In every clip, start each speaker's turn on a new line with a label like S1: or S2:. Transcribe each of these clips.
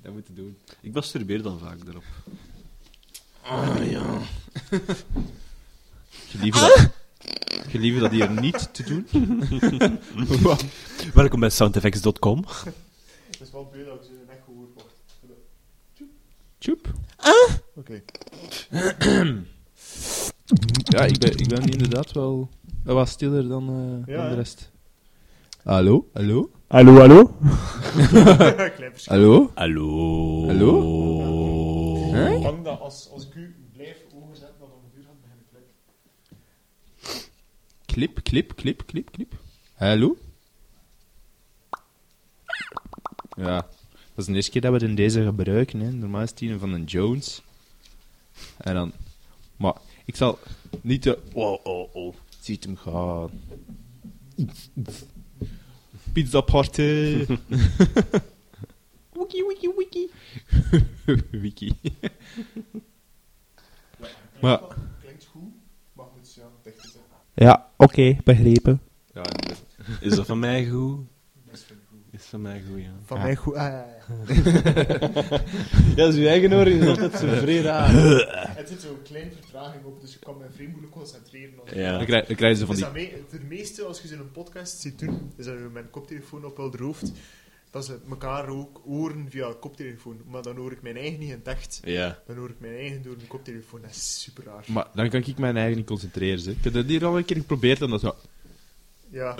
S1: Dat moet je doen.
S2: Ik masturbeer dan vaak erop.
S1: Ja. Gelieve dat hier niet te doen.
S2: Welkom bij soundeffects.com.
S3: Het is wel beter dat ik ze echt gehoord word.
S1: Tjoep.
S3: Oké.
S1: Ja, ik ben inderdaad wel wat stiller dan
S3: Ja,
S1: de
S3: hè?
S1: rest. Hallo? Hallo?
S3: Hallo, hallo? Klein verschil.
S1: Hallo?
S2: Hallo.
S1: Hallo? Hè?
S3: Ik bang dat als ik u blijf overzetten, dat een uur gaat beginnen klikken.
S1: Klip. Hallo? Ja, dat is de eerste keer dat we in deze gebruiken. Hè. Normaal is het een van een Jones. En dan... Maar ik zal niet te... Oh. Ziet hem gaan. Pizza party. Wiki. Wiki. Maar...
S3: Klinkt goed, maar goed, ja, dicht te zetten.
S1: Ja, oké, begrepen.
S2: Ja, is dat van mij goed?
S3: Best vind ik goed.
S2: Is van mij goed, ja.
S3: Van
S1: Ja.
S3: mij goed.
S2: Ja, dus uw eigen oor is altijd zo vrij raar.
S3: Het zit zo'n kleine vertraging op, dus ik kan me vrij moeilijk concentreren.
S2: Ja.
S1: Dan krijgen ze van
S3: Dus
S1: die...
S3: de meeste, als je ze in een podcast ziet doen, is dat je mijn koptelefoon op hun hoofd, dat ze elkaar ook horen via de koptelefoon. Maar dan hoor ik mijn eigen niet in het echt.
S2: Ja.
S3: Dan hoor ik mijn eigen door mijn koptelefoon. Dat is super raar.
S1: Maar dan kan ik mijn eigen niet concentreren. Zeg. Ik heb dat hier al een keer geprobeerd en dat zo...
S3: Ja,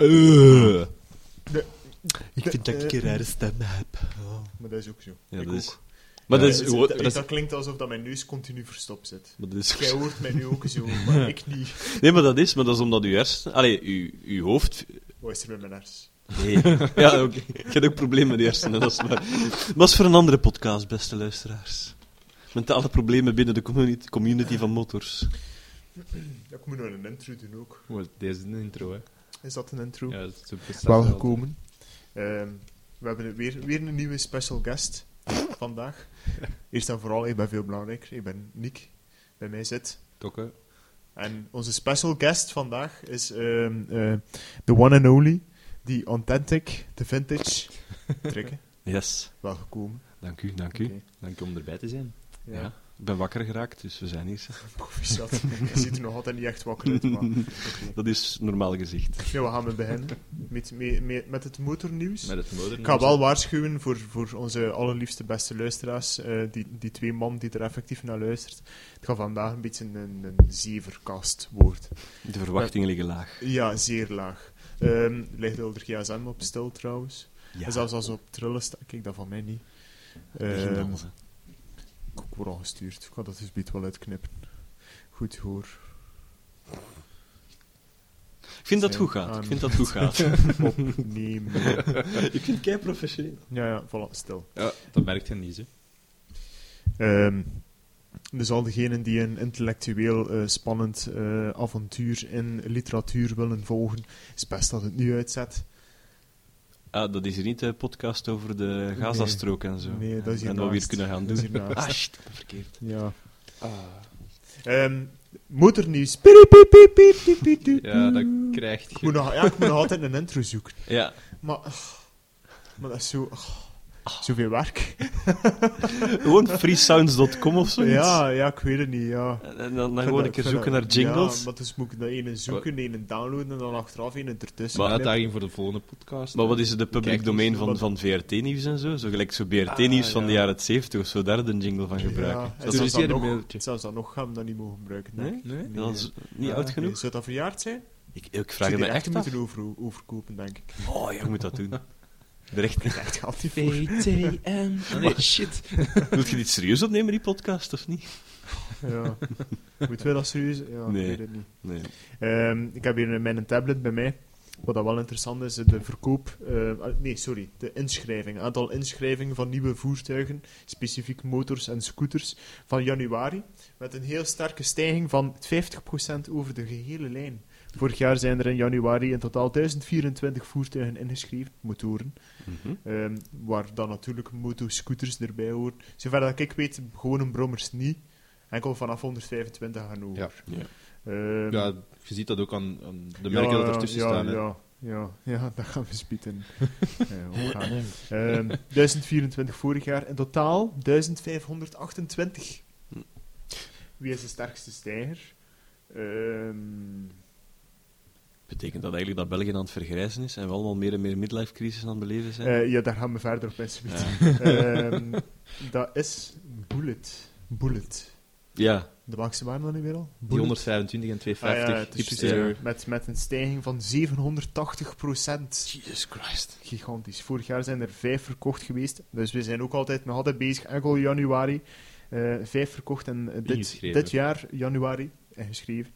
S2: Ik vind dat ik een rare stem heb.
S3: maar dat is ook zo.
S2: Ja,
S3: Ik
S2: dat is...
S3: ook.
S2: Maar
S3: Ja,
S2: dat is
S3: het-
S2: gewoon...
S3: het- dat klinkt alsof dat mijn neus continu verstopt zit.
S2: Maar dat is...
S3: Jij hoort mij nu ook zo, maar ik niet.
S2: Nee, maar dat is omdat uw hersenen... Allee, uw hoofd...
S3: Wat is er met mijn hers?
S2: Nee. Ja, oké. Ik heb ook problemen met de hersenen, dat is waar. Maar dat is voor een andere podcast, beste luisteraars. Mentale problemen binnen de community van motors.
S3: Ja, ik moet nog een intro doen ook.
S1: Deze is een intro, hè.
S3: Is dat een intro?
S1: Ja, dat is zo bestaat
S3: Wel
S1: wel.
S3: gekomen. We hebben weer een nieuwe special guest vandaag. Eerst en vooral, ik ben veel belangrijker. Ik ben Nick. Bij mij zit.
S1: Tokke.
S3: En onze special guest vandaag is the one and only, the authentic, the vintage trekken.
S2: Yes.
S3: Wel gekomen.
S2: Dank u.
S3: Oké.
S1: Dank je om erbij te zijn.
S2: Ja. Ik ben wakker geraakt, dus we zijn hier.
S3: Proficiat. Je ziet er nog altijd niet echt wakker uit, maar... oké.
S2: Dat is normaal gezicht.
S3: Ja, we gaan beginnen met het motornieuws.
S1: Met het motor.
S3: Ik ga wel waarschuwen voor onze allerliefste beste luisteraars, die twee man die er effectief naar luistert. Het gaat vandaag een beetje een zeverkast worden.
S2: De verwachtingen liggen laag.
S3: Ja, zeer laag. Ligt er gsm op stil trouwens.
S2: Ja.
S3: En zelfs als op trillen sta, kijk dat van mij niet.
S2: Begin dan, hè.
S3: Ik word al gestuurd. Ik ga dat dus beet wel uitknippen. Goed hoor.
S2: Ik vind dat het goed gaat. Ik vind dat het goed gaat.
S3: Opnemen.
S2: Ik vind het kei professioneel.
S3: Ja, voilà, stil.
S1: Ja, dat merkt je niet, hè.
S3: Dus al diegenen die een intellectueel spannend avontuur in literatuur willen volgen, is best dat het nu uitzet.
S2: Ah, dat is hier niet de podcast over de Gazastrook en zo.
S3: Nee, dat is
S2: En dat we
S3: hiernaast.
S2: weer kunnen gaan
S3: Dat is
S2: doen.
S3: hiernaast.
S2: Ah, shit, ik ben verkeerd.
S3: Ja.
S2: Ah.
S3: Motornieuws.
S1: Ja, dat krijgt
S3: Ik
S1: je.
S3: moet nog altijd een intro zoeken.
S2: Ja.
S3: Maar dat is zo... zoveel werk.
S2: Gewoon freesounds.com of zoiets.
S3: Ja, ik weet het niet, ja.
S2: En dan gewoon een keer zoeken naar jingles.
S3: Ja, maar dus moet ik dat ene zoeken, ene downloaden en dan achteraf ene ertussen.
S1: Maar
S3: knippen.
S1: uitdaging voor de volgende podcast.
S2: Maar wat is het, de public
S1: Kijk,
S2: domein
S1: dus
S2: van VRT-nieuws en zo? Zo gelijk zo BRT-nieuws van de
S3: ja.
S2: jaren 70 of zo, daar een jingle van gebruiken.
S3: Ja, en
S2: Dat
S1: is
S3: zelfs
S1: hier
S3: dat
S1: een
S3: nog,
S1: mailtje.
S3: zelfs dat nog gaan we dat niet mogen gebruiken. Nee?
S2: Nee?
S1: Nee?
S2: Dat is niet
S3: Ja,
S2: oud
S3: nee.
S2: genoeg?
S3: Zou dat verjaard zijn?
S2: Ik vraag het me echt af.
S3: moeten overkopen, denk ik.
S2: Oh, je moet dat doen. De recht...
S3: Echt geld niet voor.
S1: VTM. Oh, nee, shit.
S2: Wil je dit serieus opnemen, die podcast, of niet?
S3: Ja. Moeten we dat serieus? Ja,
S2: Nee.
S3: ik weet het niet.
S2: Nee.
S3: Ik heb hier mijn tablet bij mij. Wat dat wel interessant is, de verkoop... de inschrijving. Aantal inschrijvingen van nieuwe voertuigen, specifiek motors en scooters, van januari. Met een heel sterke stijging van 50% over de gehele lijn. Vorig jaar zijn er in januari in totaal 1024 voertuigen ingeschreven, motoren. Waar dan natuurlijk motoscooters erbij horen. Zover dat ik weet, gewone brommers niet. Enkel vanaf 125 gaan over.
S1: Ja.
S2: Ja.
S3: Ehm,
S1: Ja, je ziet dat ook aan de merken dat ertussen staan. Hè.
S3: Ja, dat gaan we spieten. Opgaan. 1024 vorig jaar. In totaal 1528. Wie is de sterkste stijger?
S2: Betekent dat eigenlijk dat België aan het vergrijzen is en we allemaal meer en meer midlife-crisis aan het beleven zijn?
S3: Ja, daar gaan we verder op inspitten. Dat is Bullet.
S2: Ja.
S3: De welke waren dat nu weer al?
S1: Die 125 en 250.
S3: het is
S1: hipster.
S3: met een stijging van 780%.
S2: Jesus Christ.
S3: Gigantisch. Vorig jaar zijn er 5 verkocht geweest. Dus we zijn ook nog altijd bezig. Enkel januari. 5 verkocht en dit jaar, januari, ingeschreven.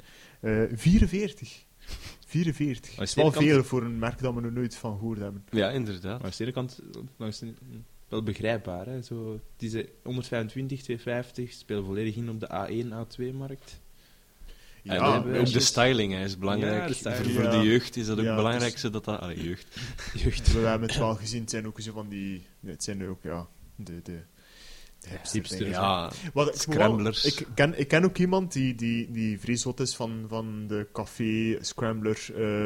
S3: 44. Dat is wel veel voor een merk dat we nog nooit van gehoord hebben.
S2: Ja, inderdaad.
S1: Maar aan de ene kant wel begrijpbaar. Hè? Zo, deze 125, 250 spelen volledig in op de A1, A2-markt.
S3: Ja,
S2: en ook de styling hè, is belangrijk.
S1: Ja, de styling.
S2: Voor de jeugd is dat ook
S3: Ja,
S2: het belangrijkste. Dat dat... Allee, jeugd.
S3: We hebben het wel gezien. Het zijn ook zo van die... Nee, het zijn ook, de
S1: hipsters.
S2: Ja,
S3: Wat,
S2: scramblers.
S3: Ik ken ook iemand die vrij zot is van de café, scrambler,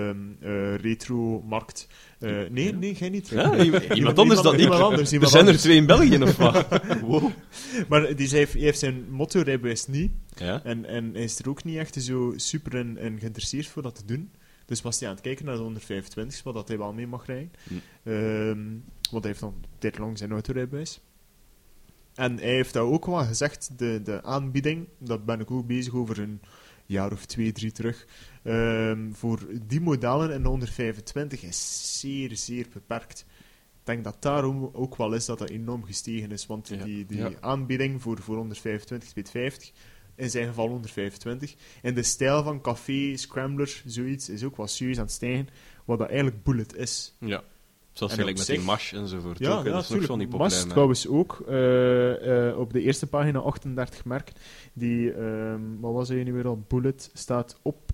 S3: retro-markt. Nee, jij niet.
S2: Ja, iemand anders dan ik.
S3: Iemand
S2: Er zijn er 2 in België, of wat? Wow.
S3: Maar hij heeft zijn motorrijbewijs niet.
S2: Ja?
S3: En hij is er ook niet echt zo super in geïnteresseerd voor dat te doen. Dus was hij aan het kijken naar de 125, wat dat hij wel mee mag rijden. Want hij heeft dan tijd lang zijn autorijbewijs. En hij heeft dat ook wel gezegd, de aanbieding, dat ben ik ook bezig over een jaar of 2, 3 terug, voor die modellen in de 125 is zeer, zeer beperkt. Ik denk dat daarom ook wel is dat dat enorm gestegen is, want die aanbieding voor 125, 250, in zijn geval 125, en de stijl van café, scrambler, zoiets, is ook wel serieus aan het stijgen, wat dat eigenlijk Bullet is.
S2: Ja. Zoals
S3: En
S2: gelijk
S3: op
S2: met die
S3: zich-
S2: Mash enzovoort.
S3: Ja,
S2: ook, hè. Dat is nog zo niet populair.
S3: Mast
S2: hè.
S3: trouwens ook. Op de eerste pagina 38 merk. Die, wat was hij nu weer al? Bullet staat op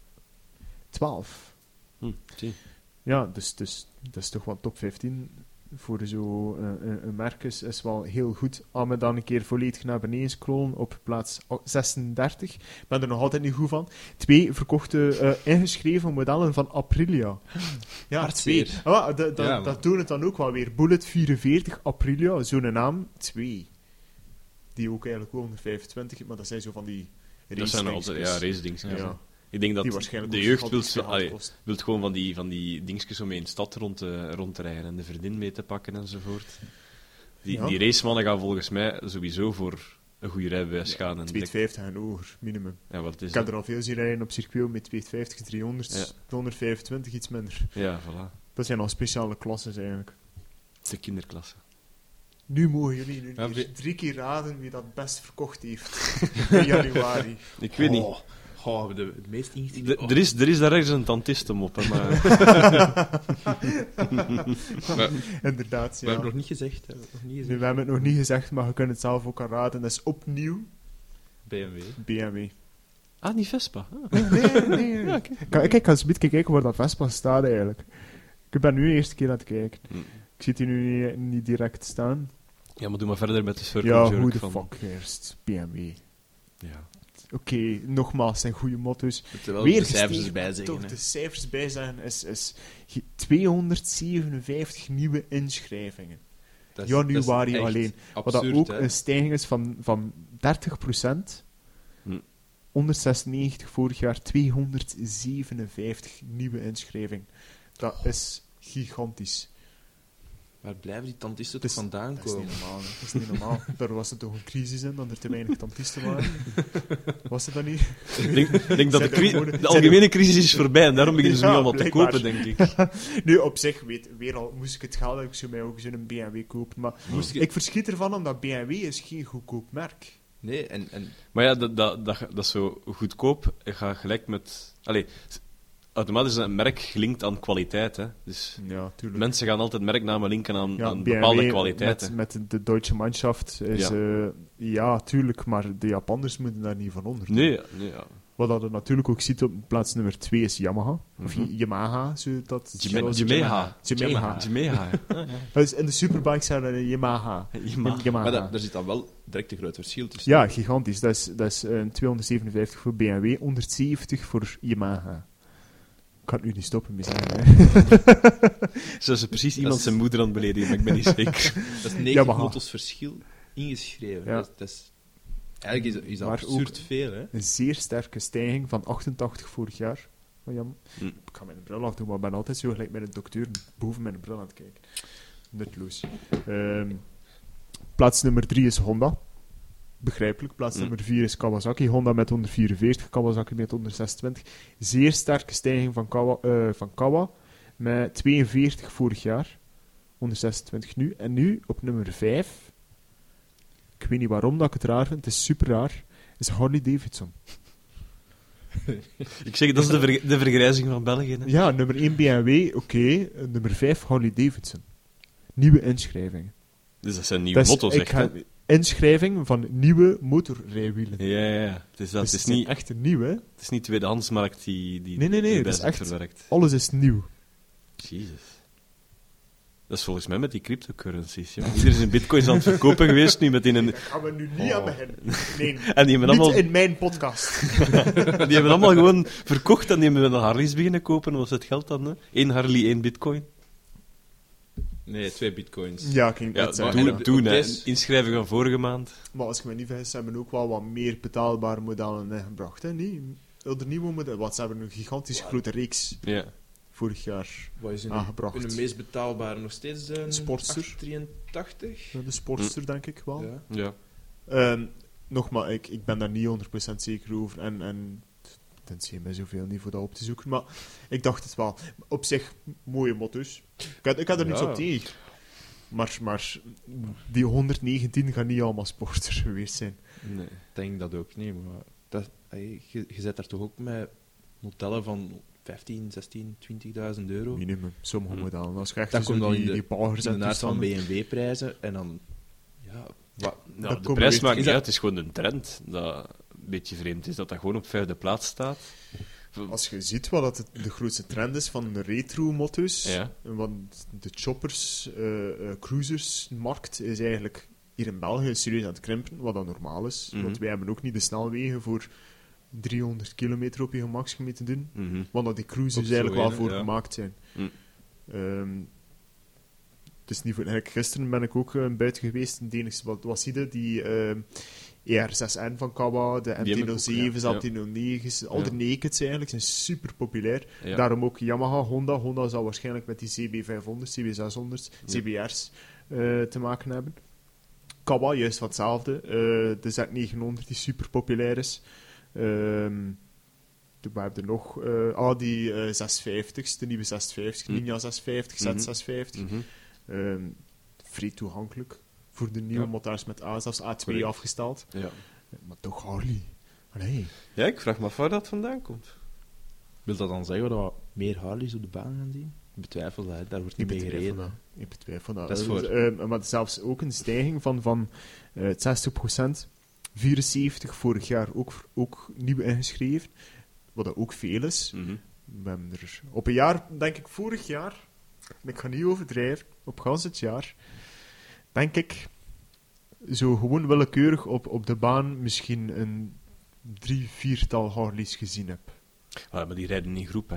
S3: 12.
S2: Zie.
S3: Ja, dus dat is toch wel top 15 voor zo'n een merk is wel heel goed. Als we dan een keer volledig naar beneden scrollen op plaats 36. Ik ben er nog altijd niet goed van. 2 verkochte ingeschreven modellen van Aprilia. Ja,
S1: Hartzeer.
S3: 2.
S1: Ja,
S3: Dat doen het dan ook wel weer. Bullet 44 Aprilia, zo'n naam. 2. Die ook eigenlijk wel 125, maar dat zijn zo van die
S2: Dat zijn altijd race dings.
S3: Ja.
S2: Ik denk
S3: Die
S2: dat
S3: waarschijnlijk
S2: de
S3: ook
S2: jeugd
S3: gigantisch veel geld kosten.
S2: wil gewoon van die dingetjes om in de stad rond te rijden en de vriendin mee te pakken enzovoort. Die racemannen gaan volgens mij sowieso voor een goede rijbewijs gaan. En
S3: 250 en hoger, minimum.
S2: ja, wat is
S3: Ik heb
S2: dat?
S3: er al veel zien rijden op circuit met 250, 300,
S2: Ja.
S3: 125 iets minder.
S2: Ja, voilà.
S3: Dat zijn al speciale klasses eigenlijk.
S2: De kinderklasse.
S3: Nu mogen jullie nu
S1: Ja,
S3: eerst
S1: we-
S3: 3 keer raden wie dat best verkocht heeft in januari.
S2: Ik weet niet.
S1: De meest ingestikte...
S2: Er is daar ergens een tantistum op, hè, maar...
S3: Inderdaad,
S1: We
S3: ja.
S1: hebben nog niet gezegd.
S3: Nu, we hebben het nog niet gezegd, maar je kunt het zelf ook al raden. Dat is opnieuw
S1: BMW.
S3: BMW.
S2: Ah, niet Vespa. Ah.
S3: Nee. Kijk, ik ga eens een beetje kijken waar dat Vespa staat eigenlijk. Ik ben nu de eerste keer aan het kijken.
S2: Hm.
S3: Ik zie die nu niet direct staan.
S2: Ja, maar doe maar verder met de
S3: Ja,
S2: circle
S3: hoe
S2: jerk
S3: de
S2: van...
S3: fuck eerst BMW.
S2: Ja.
S3: Oké, nogmaals, zijn goede motto's.
S1: Moeten wel
S3: Weer
S1: de cijfers
S3: gestegen,
S1: erbij zeggen.
S3: toch
S1: hè.
S3: de cijfers bij zijn is 257 nieuwe inschrijvingen.
S1: Dat is-
S3: Januari
S1: dat is echt
S3: alleen. Wat
S1: absurd,
S3: dat ook
S1: hè.
S3: een stijging is van 30%.
S2: Hm.
S3: 196 vorig jaar, 257 nieuwe inschrijvingen. Dat is gigantisch.
S1: Waar blijven die tantisten
S3: Het
S1: toch
S3: is-
S1: vandaan
S3: Dat is
S1: komen?
S3: niet normaal. Hè. Dat is niet normaal. Daar was het toch een crisis in, dat er te weinig tantisten waren. Was het dat niet?
S2: Ik denk dat
S3: Zijn er gewoon-
S2: de algemene crisis is voorbij en daarom beginnen ze nu
S3: Ja,
S2: allemaal te
S3: blijkbaar.
S2: kopen, denk ik.
S3: Nu, op zich, weer al moest ik het geld hebben, ik zou mij ook zo'n BMW kopen. Maar
S1: Moest je-
S3: ik verschiet ervan, omdat BMW is geen goedkoop merk.
S1: Nee, en
S2: Maar ja, dat is zo goedkoop. Je gaat gelijk met... Allee, automatisch is een merk gelinkt aan kwaliteit, hè. Dus
S3: Ja, tuurlijk.
S2: mensen gaan altijd merknamen linken aan
S3: BMW
S2: bepaalde kwaliteiten.
S3: Met de Deutsche Mannschaft is... Ja. Tuurlijk, maar de Japanners moeten daar niet van onder.
S2: Nee, ja.
S3: Wat dat je natuurlijk ook ziet op plaats nummer 2 is Yamaha. Of
S2: Mhm.
S3: Yamaha, zo dat...
S2: Yamaha.
S3: Yamaha.
S2: Ja.
S3: Dus in de superbikes zijn er Yamaha.
S2: Yamaha.
S1: maar daar zit dan wel direct een groot verschil tussen.
S3: Ja, gigantisch. Dat is 257 voor BMW, 170 voor Yamaha. kan het nu niet stoppen met zeggen, hè.
S2: Zo is er precies iemand
S1: is-
S2: zijn moeder aan het beledigen, maar ik ben niet zeker.
S1: Dat is 90
S3: Ja, maar-
S1: motto's verschil ingeschreven.
S3: Ja.
S1: Dat is, eigenlijk is dat
S3: Maar
S1: absurd
S3: ook-
S1: veel, hè.
S3: Een zeer sterke stijging van 88 vorig jaar. Oh, jammer.
S2: Hm.
S3: Ik ga mijn bril afdoen, maar ik ben altijd zo gelijk met een dokter boven mijn bril aan het kijken. Nutloos. Plaats nummer 3 is Honda. Begrijpelijk. Plaats
S2: Hm.
S3: nummer 4 is Kawasaki. Honda met 144, Kawasaki met 126. Zeer sterke stijging van Kawa met 42 vorig jaar. 126 nu. En nu op nummer 5. Ik weet niet waarom dat ik het raar vind. Het is super raar. Is Harley Davidson.
S2: Ik zeg, dat is de vergrijzing van België. Hè?
S3: Ja, nummer 1 BMW, oké. Nummer 5 Harley Davidson. Nieuwe inschrijvingen.
S2: Dus dat zijn nieuwe
S3: Dat is-
S2: motto's,
S3: ik
S2: echt.
S3: ga-
S2: Hè?
S3: Inschrijving van nieuwe motorrijwielen.
S2: Ja. Het is, dat,
S3: Dus
S2: het, is
S3: zijn
S2: niet,
S3: echt een nieuw, hè?
S2: het is niet tweedehandsmarkt die
S3: Nee,
S2: erbij
S3: dat is
S2: zit
S3: echt-
S2: verwerkt.
S3: Alles is nieuw.
S2: Jezus. Dat is volgens mij met die cryptocurrencies. Ja. Iedereen is in bitcoins aan het verkopen geweest nu met in een...
S3: Daar gaan we nu niet aan beginnen. Nee,
S2: En die hebben,
S3: niet
S2: allemaal,
S3: in mijn podcast.
S2: die hebben allemaal gewoon verkocht en die hebben een Harleys beginnen kopen. Wat was het geld dan? Hè? 1 Harley, 1 bitcoin.
S1: Nee, 2 bitcoins.
S3: Ja, ik
S2: Ja,
S3: net zeggen.
S1: en op
S2: toen hè.
S1: deze-
S2: Inschrijving van vorige maand.
S3: Maar als ik me niet vergis, ze hebben ook wel wat meer betaalbare modellen ingebracht. Hè? Niet? De nieuwe modellen, want ze hebben een gigantisch grote reeks
S2: Ja.
S3: vorig jaar.
S1: Wat is
S3: aangebracht.
S1: de meest betaalbare nog steeds? Een
S3: Sportster.
S1: 883?
S3: De Sportster, denk ik wel.
S1: Ja.
S2: Ja.
S3: Nogmaals, ik ben daar niet 100% zeker over. En het is mij zoveel niet voor dat op te zoeken. Maar ik dacht het wel. Op zich, mooie motto's. Ik had er niets
S1: Ja.
S3: op tegen. Maar die 119 gaan niet allemaal sporters geweest zijn.
S2: Nee.
S1: Ik denk dat ook niet, maar je zet daar toch ook met modellen van 15, 16, 20.000 euro.
S3: Minimum, sommige
S2: Hm.
S3: modellen. Als je echt
S1: Dat
S3: zo
S1: komt dan in
S3: die,
S1: de-
S3: die bagers
S1: In
S3: en
S1: de naast van
S3: toestanden...
S1: BMW-prijzen en dan... Ja, wat...
S2: Nou,
S3: Dat
S2: de
S3: komen
S2: prijs
S3: weer-
S2: maakt
S1: is
S2: niet
S1: dat-
S2: uit, het is gewoon een trend dat een beetje vreemd is, dat dat gewoon op 5e plaats staat.
S3: Als je ziet wat dat de grootste trend is van de retro-motto's,
S2: Ja.
S3: want de choppers, cruisers-markt is eigenlijk hier in België serieus aan het krimpen, wat dan normaal is.
S2: Mhm.
S3: Want wij hebben ook niet de snelwegen voor 300 kilometer op je gemaksgebied te doen,
S2: Mhm.
S3: want dat die cruisers
S1: Op zo
S3: eigenlijk wel
S1: een,
S3: voor
S1: ja.
S3: gemaakt zijn.
S2: Mm.
S3: Het is niet voor... Eigenlijk gisteren ben ik ook buiten geweest, en de enigste wat zie je, die ER6N van Kawa, de
S2: Die heb ik ook,
S3: MT-07's,
S2: ja.
S3: MT-09's, al de
S2: Ja.
S3: nakeds eigenlijk, zijn super populair.
S2: Ja.
S3: Daarom ook Yamaha, Honda. Honda zal waarschijnlijk met die CB500, CB600, CBR's te maken hebben. Kawa, juist wat hetzelfde. De Z900, die super populair is. We hebben er nog... die 650's, de nieuwe 650, Ninja 650,
S2: Mhm.
S3: Z650.
S2: Mhm.
S3: Vrij toegankelijk voor de nieuwe
S2: Ja.
S3: motors met A, zelfs A2
S2: Correct.
S3: afgesteld.
S2: Ja.
S3: Maar toch Harley. Allee.
S2: Ja, ik vraag me af waar dat vandaan komt.
S1: Wil dat dan zeggen dat we meer Harleys op de baan gaan zien? Ik betwijfel dat, hè. Daar wordt niet mee gereden.
S3: Ik betwijfel dat.
S1: Dat is voor-
S3: Maar zelfs ook een stijging van 60%. 74 vorig jaar ook nieuw ingeschreven. Wat dat ook veel is.
S2: Mhm.
S3: We hebben er op een jaar, denk ik vorig jaar, en ik ga niet overdrijven, op gans het jaar, denk ik, zo gewoon willekeurig op de baan misschien een 3-4-tal Harleys gezien heb.
S2: Ah, maar die rijden in groep, hè.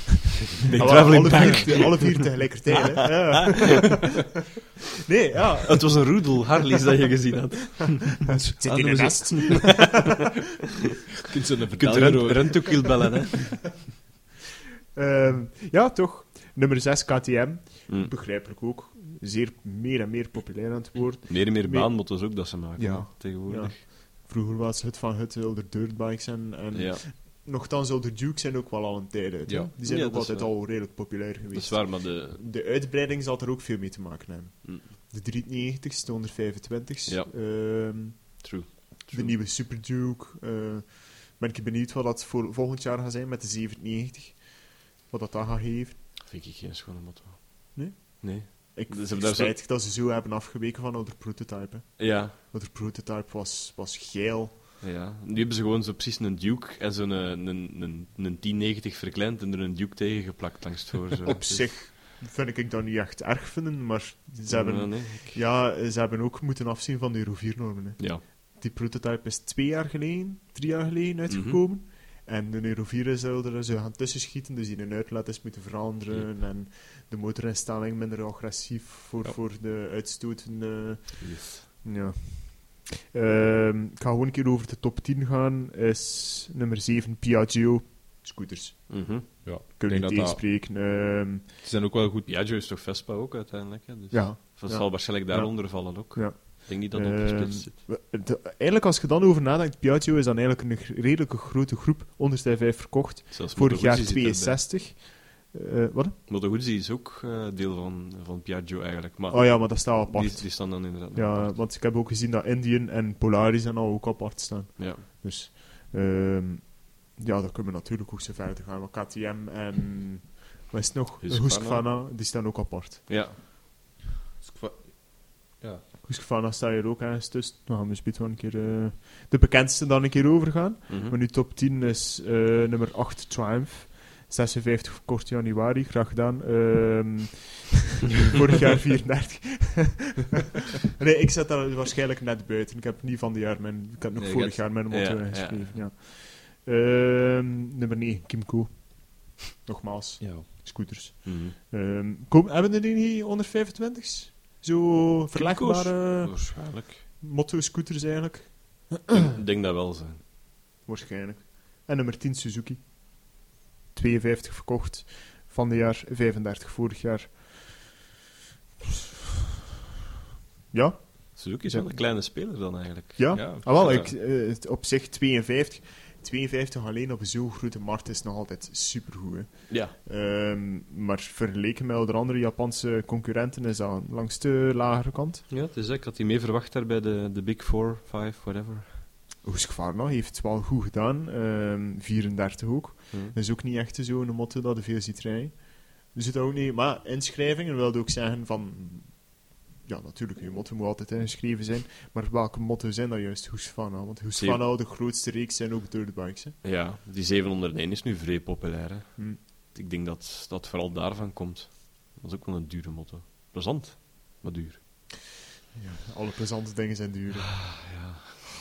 S3: Alle vier tegelijkertijd, hè. Ja. Nee, ja.
S2: Het was een roedel Harleys dat je gezien had.
S3: Het zit in een nest.
S1: Je kunt zo'n
S2: Je kunt
S1: verteller...
S2: Rentokiel bellen, hè.
S3: Ja, toch. Nummer 6, KTM.
S2: Mm.
S3: Begrijpelijk ook. Zeer meer en meer populair aan het worden.
S2: Meer en meer
S3: Meer-
S2: baanmotto's ook dat ze maken,
S3: Ja.
S2: hè, tegenwoordig.
S3: Vroeger was het van het de dirtbikes en
S2: Ja,
S3: nochtans, de Dukes zijn ook wel al een tijd uit. hè.
S1: Ja.
S3: Die zijn
S2: Ja,
S3: ook
S2: dat is
S3: altijd
S2: waar.
S3: al redelijk populair
S2: dat
S3: geweest.
S2: is waar, maar de...
S3: De uitbreiding zal er ook veel mee te maken hebben.
S2: Mm.
S3: De 390's, de 125's,
S2: Ja.
S3: de
S2: True.
S3: nieuwe Super Duke. Ben ik benieuwd wat dat voor volgend jaar gaat zijn met de 790. Wat dat dan gaat geven.
S2: Vind ik geen schone motto.
S3: Nee?
S2: Nee.
S3: Ik
S2: Dus hebben daar zo-
S3: spijtig dat ze zo hebben afgeweken van ouder prototype. hè.
S2: Ja.
S3: Ouder prototype was geil.
S2: Ja, nu hebben ze gewoon zo precies een Duke en zo'n een 1090 verkleind en er een Duke tegen geplakt langs het voor. Zo.
S3: Op
S2: Dus-
S3: zich vind ik dat niet echt erg vinden, maar ze hebben,
S2: Ja, nee.
S3: ze hebben ook moeten afzien van de Euro 4-normen.
S2: Ja.
S3: Die prototype is 3 jaar geleden uitgekomen. En de Euro 4 zullen ze gaan tussenschieten, dus die een uitlaat is moeten veranderen. En de motorinstelling minder agressief voor de uitstoten.
S2: Yes.
S3: Ja. Ik ga gewoon een keer over de top 10 gaan. Is nummer 7 Piaggio. Scooters.
S2: Mhm.
S1: Ja,
S3: Kunnen
S1: denk
S3: niet
S1: dat dat-
S3: tegenspreken.
S1: Ze zijn ook wel goed.
S2: Piaggio is toch Vespa ook uiteindelijk? Hè? Dus
S3: Ja.
S2: dat
S3: Ja.
S2: zal waarschijnlijk daaronder vallen ook.
S3: Ja.
S2: Ik denk niet dat het op de spits zit.
S3: Eigenlijk, als je dan over nadenkt, Piaggio is dan eigenlijk een redelijke grote groep. Onderste 5 verkocht.
S2: Zelfs
S3: Vorig jaar
S2: Moto Guzzi zit erbij.
S3: 62. Wat?
S2: Moto Guzzi is ook deel van Piaggio eigenlijk. Maar
S3: Oh ja, maar dat staat apart.
S2: die staan dan inderdaad nog
S3: Ja,
S2: apart.
S3: want ik heb ook gezien dat Indian en Polaris en al ook apart staan.
S2: Ja.
S3: Dus ja, dan kunnen we natuurlijk ook zo verder gaan. Maar KTM en wat is het nog?
S2: Husqvarna.
S3: Husqvarna, die staan ook apart.
S2: Ja.
S1: Ja.
S3: Husqvarna staat hier ook ergens tussen. Dan gaan we eens wel een keer de bekendste dan een keer overgaan.
S2: Mhm.
S3: Maar nu top 10 is nummer 8 Triumph. 56 verkocht januari, graag gedaan. Vorig jaar 34. Nee, ik zet daar waarschijnlijk net buiten. Ik heb niet van die jaar ik heb nog
S1: Nee,
S3: vorig
S1: ik
S3: jaar mijn motto
S2: ja,
S3: geschreven. Ja. Nummer 9, Kimco. Nogmaals,
S1: Ja.
S3: scooters.
S2: Mhm.
S3: Hebben er die niet onder 25's? Zo vergelijkbare
S2: Waarschijnlijk.
S3: motto-scooters eigenlijk?
S2: Ik denk dat wel zijn.
S3: Waarschijnlijk. En nummer 10, Suzuki. 52 verkocht. Van de jaar 35 vorig jaar. Ja,
S2: Suzuki is wel een kleine speler dan eigenlijk.
S3: ja.
S1: Ja.
S3: Ah, wel,
S1: Ja.
S3: op zich 52. 52 alleen op zo'n grote markt is nog altijd supergoed. Hè.
S2: Ja.
S3: Maar vergeleken met de andere Japanse concurrenten is dat langs de lagere kant.
S2: Ja, het is ik had die mee verwacht daar bij de Big 4, 5, whatever.
S3: Husqvarna heeft het wel goed gedaan. 34 ook.
S2: Mhm.
S3: Dat is ook niet echt zo'n motto dat je veel ziet rijden. Dus het ook niet... Maar inschrijvingen wil ook zeggen van... Ja, natuurlijk, je motto moet altijd ingeschreven zijn. Maar welke motto zijn dat juist? Husqvarna. Want Husqvarna, de grootste reeks, zijn ook dirtbikes. Hè.
S2: Ja, die 701 is nu vrij populair. Hè.
S3: Hm.
S2: Ik denk dat dat vooral daarvan komt. Dat is ook wel een dure motto. Plezant, maar duur.
S3: Ja, alle plezante dingen zijn duur. hè.
S2: Ja.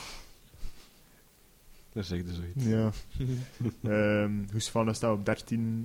S2: Daar zeg je zoiets.
S3: Ja. Husqvarna staat op 13.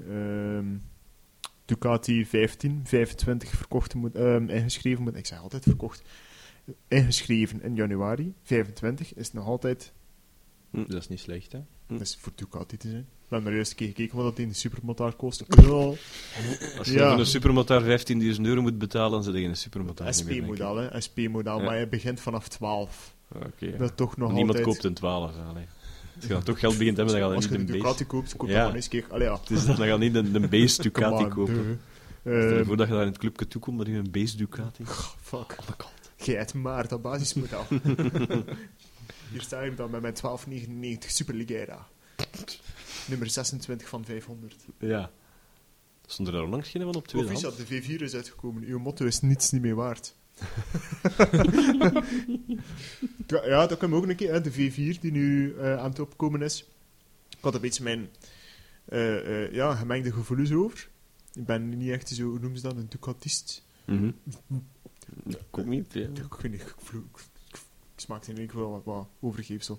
S3: Ducati 15. 25 verkocht ingeschreven. Ik zeg altijd verkocht. Ingeschreven in januari. 25 is nog altijd...
S1: Dat is niet slecht, hè?
S3: Dat is voor Ducati te zijn. We hebben er juist een keer gekeken wat dat in de supermotar kost. Knal.
S2: Als je
S3: Ja.
S2: voor een supermotar 15.000 € moet betalen, dan zit je in een supermotar niet meer, denk ik.
S3: SP-model, hè. SP-model.
S2: Ja.
S3: Maar hij begint vanaf 12.
S2: Oké, ja.
S3: Dat toch nog
S2: Niemand
S3: altijd...
S2: koopt een 12. Allee. Als je dan toch geld begint te hebben, dan ga
S3: Als
S2: je
S3: je
S2: niet
S3: een
S2: een
S3: Ducati
S2: base.
S3: koopt, koop
S2: Ja.
S3: dan gewoon eens keer... Allee, ja.
S2: Het is dan ga je niet een base Ducati
S3: Come on,
S2: kopen.
S3: duh.
S2: Stel je voor dat je daar in het clubje toe komt, dat je een base Ducati.
S3: Fuck. Jij hebt maar dat basismodel. Hier sta ik dan met mijn 1299 Superligera. Nummer 26 van 500.
S2: Ja. Stond er daar onlangs geen van op tweede hand?
S3: Proficiat, de V4 is uitgekomen. Uw motto is niets niet meer waard. Ja, dat kan ook een keer. Hè. De V4 die nu aan het opkomen is. Ik had een beetje mijn gemengde gevoelens over. Ik ben niet echt zo, hoe noemen ze dat, een Ducatist.
S2: Mhm. Ik ook niet, ja.
S3: Ik weet niet, ik smaakte in ieder geval wat overgeefsel.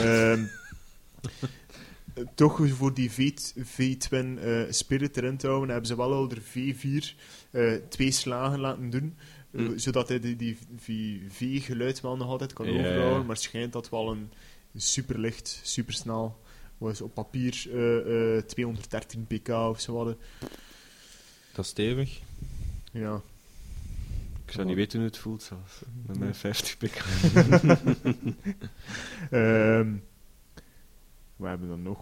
S3: Toch voor die V-Twin Spirit erin te houden, hebben ze wel al de V4 2 slagen laten doen, zodat hij die V-geluid wel nog altijd kan
S2: Ja,
S3: overhouden,
S2: ja.
S3: maar schijnt dat wel een superlicht, supersnel, was op papier 213 pk of zo hadden.
S1: Dat is stevig.
S3: Ja.
S2: Ik zou niet weten hoe het voelt zelfs. Met mijn 50 pk.
S3: We hebben dan nog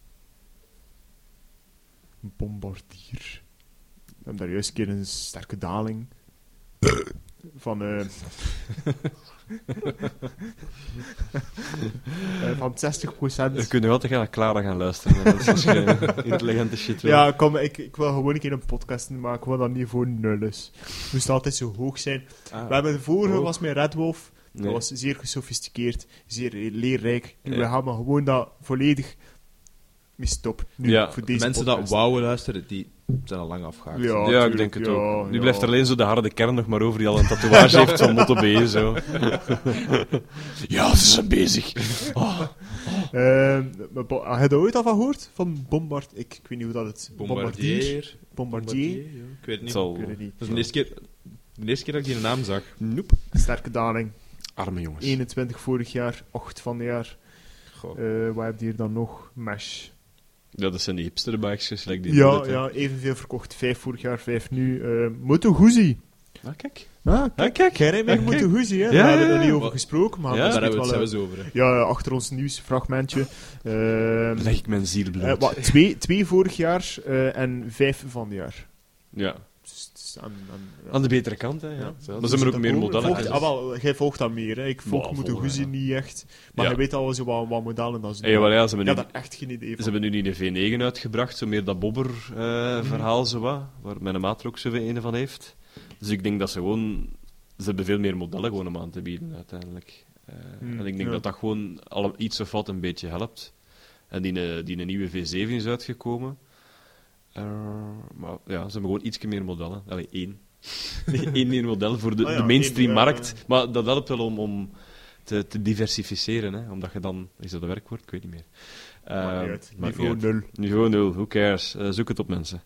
S3: een bombardier. We hebben daar juist een keer een sterke daling van van 60%.
S2: We kunnen altijd naar Clara gaan luisteren. Dat is waarschijnlijk intelligente shit. wel.
S3: Ja, kom, ik wil gewoon een keer een podcast maken waar dat niveau 0 is. Het moest altijd zo hoog zijn.
S2: Ah.
S3: We hebben de vorige
S2: Hoog.
S3: was met Red Wolf. Dat
S2: Nee.
S3: was zeer gesofisticeerd, zeer leerrijk. Nu,
S2: Ja.
S3: we gaan maar gewoon dat volledig mee stoppen. Nu,
S2: Ja,
S3: voor deze
S1: Mensen dat
S3: podcast.
S1: wouden luisteren, die zijn al lang afgehaakt.
S3: Ja.
S2: Ja, ik
S3: tuurlijk,
S2: denk het
S3: ja,
S2: ook. Nu
S3: ja.
S2: blijft er alleen zo de harde kern nog maar over die al een tatoeage heeft van Motto B. Zo. Ja, ze zijn bezig. Oh.
S3: Heb je er ooit al van gehoord? Van Bombard... Ik weet niet hoe dat het...
S1: Bombardier.
S3: Bombardier.
S1: Ja. Ik weet het niet.
S2: Zal-
S3: Ik weet het niet.
S1: Dat is de eerste keer dat ik die naam zag.
S2: Nope.
S3: Sterke daling.
S2: Arme jongens.
S3: 21 vorig jaar, 8 van het jaar.
S1: Goh.
S3: Wat heb je hier dan nog? Mesh.
S2: Ja, dat zijn die hipsterbikes. Like die
S3: Ja,
S2: bullet, hè.
S3: ja, evenveel verkocht. 5 vorig jaar, 5 nu. Moto Guzzi.
S2: Ah, kijk.
S3: Ah,
S2: Kijk.
S3: jij rijdt met
S2: Ah,
S3: Moto
S2: kijk.
S3: Guzzi, hè?
S2: Ja,
S3: Daar hebben we
S2: ja,
S3: er niet
S2: ja.
S3: over gesproken, maar
S2: Ja,
S3: dat
S1: Daar
S3: is
S1: hebben we het
S3: wel...
S1: zelfs over.
S3: Ja, achter ons nieuwsfragmentje.
S2: Leg ik mijn ziel bloot.
S3: Twee vorig jaar en 5 van het jaar.
S2: Ja.
S3: Dus het is ja.
S2: Aan de betere kant, hè. Ja.
S3: Ja.
S2: Maar
S3: Dus
S2: ze hebben ook
S3: dat
S2: meer
S3: volgt-
S2: modellen.
S3: volgt- wel, jij volgt dat meer, hè. Ik volg
S2: Maar,
S3: Moto
S2: volgen,
S3: Guzzi
S2: ja.
S3: niet echt. Maar
S2: Ja.
S3: je weet al zo wat modellen dat ze
S2: Ja, wel, ja, ze
S3: Ik
S2: hebben
S3: heb
S2: nu...
S3: daar echt geen idee
S2: Ze
S3: van.
S2: hebben nu niet de V9 uitgebracht, zo meer dat bobber-verhaal, zo wat, waar mijn maat er ook zo een van heeft. Dus ik denk dat ze gewoon... Ze hebben veel meer modellen gewoon om aan te bieden, uiteindelijk. En ik denk
S3: ja.
S2: dat dat gewoon iets of wat een beetje helpt. En die een nieuwe V7 is uitgekomen. Maar ja, ze hebben gewoon iets meer modellen. Allee, één. Eén meer model voor de,
S3: Ah ja,
S2: de mainstream
S3: één,
S2: markt. Maar dat helpt wel om te diversificeren, hè. Omdat je dan... Is dat een werkwoord? Ik weet niet meer.
S3: Maakt niet uit.
S2: maakt
S3: Niveau
S2: niet uit.
S3: 0.
S2: Niveau 0, who cares? Zoek het op, mensen.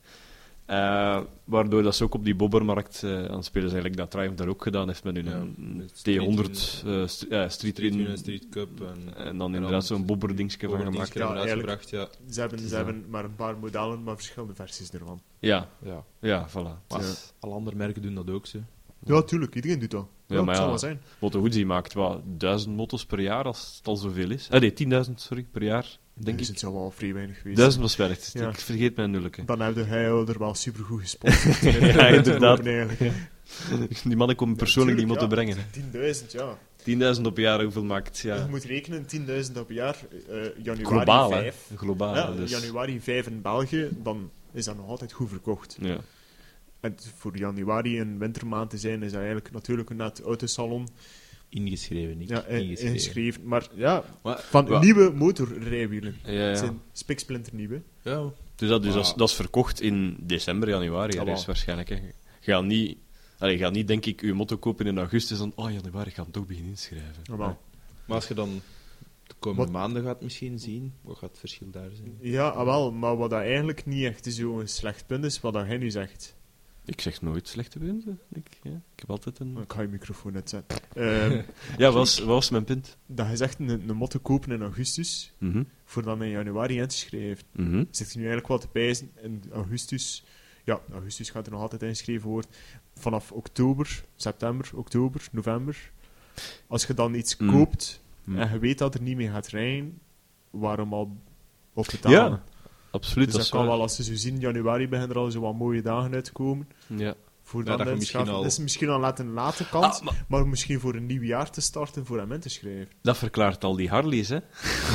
S2: Waardoor dat ze ook op die bobbermarkt aan het spelen zijn. Eigenlijk dat Triumph daar ook gedaan heeft met hun
S1: Ja,
S2: een
S1: met
S2: T100 Street
S1: Street
S2: Win.
S1: Win en Street Cup. En
S2: En dan inderdaad zo'n bobberdingsje van gemaakt.
S3: Ja,
S1: uitgebracht, ja.
S3: Ze hebben maar een paar modellen, maar verschillende versies ervan.
S2: Ja,
S1: Ja.
S2: ja, voilà.
S1: Maar
S3: Ja.
S1: alle andere merken doen dat ook, zo.
S3: Ja, tuurlijk. Iedereen doet dat.
S2: Ja,
S3: Ja,
S2: maar
S3: het zal
S2: ja.
S3: wel zijn.
S2: Moto Guzzi maakt wat 1000 motto's per jaar, als het al zoveel is. Nee, 10.000, sorry, per jaar, denk
S3: Dus
S2: ik.
S3: het zou wel vrij weinig geweest
S2: 1000 was werkt.
S3: Ja.
S2: Ik vergeet mijn nulke.
S3: Dan heb hij er wel supergoed gesponsord.
S2: Ja, inderdaad.
S3: Eigenlijk.
S2: Die mannen komen persoonlijk die
S3: Tuurlijk,
S2: moeten
S3: ja.
S2: brengen.
S3: 10.000, ja.
S2: 10.000 op jaar, hoeveel maakt?
S3: Je
S2: Ja.
S3: moet rekenen, 10.000 op jaar. Januari
S2: Globaal, hè.
S3: 5.
S2: Globaal,
S3: Ja,
S2: dus.
S3: januari 5 in België, dan is dat nog altijd goed verkocht.
S2: Ja.
S3: En voor januari een wintermaand te zijn, is dat eigenlijk natuurlijk net autosalon
S1: Ingeschreven, niet
S3: ingeschreven. Ingeschreven. Maar ja,
S2: Maar,
S3: van
S2: wa-
S3: nieuwe motorrijwielen.
S2: Ja,
S3: Het
S2: ja.
S3: zijn spiksplinternieuwe.
S1: Ja.
S2: Dus, dat
S1: Wow.
S2: is verkocht in december, januari,
S3: Ah,
S2: is
S3: wel.
S2: waarschijnlijk. Hè. Je gaat niet, denk ik, je motto kopen in augustus en dan, januari, ik ga hem toch beginnen inschrijven.
S3: Jawel.
S1: Maar als je dan de komende
S3: Wat-
S1: maanden gaat misschien zien, wat gaat het verschil daar zijn?
S3: Ja, wel, maar wat dat eigenlijk niet echt zo'n slecht punt is, wat dat jij nu zegt.
S2: Ik zeg nooit slechte punten. Ik heb altijd een...
S3: Ik ga je microfoon uitzetten.
S2: Ja, wat was mijn punt?
S3: Dat je zegt een motto kopen in augustus,
S2: Mhm.
S3: voor dan in januari in te schrijven.
S2: Mhm.
S3: Zit je nu eigenlijk wel te pijzen in augustus? Ja, augustus gaat er nog altijd ingeschreven worden. Vanaf oktober, september, oktober, november. Als je dan iets
S2: Mm.
S3: koopt
S2: Mm.
S3: en je weet dat er niet meer gaat rijden, waarom al op betalen?
S2: Ja, absoluut.
S3: Dus
S2: dat
S3: dat
S2: is
S3: kan
S2: waar.
S3: wel, als ze zo zien, in januari beginnen er al zo wat mooie dagen uit te komen.
S2: Ja.
S3: Voor
S1: Ja,
S3: dan
S1: dat je
S3: in te
S1: misschien
S3: schaffen.
S1: al-
S3: Dat is misschien al aan een late kant,
S2: Ah, maar
S3: maar misschien voor een nieuw jaar te starten, voor hem in te schrijven.
S2: dat verklaart al die Harleys, hè.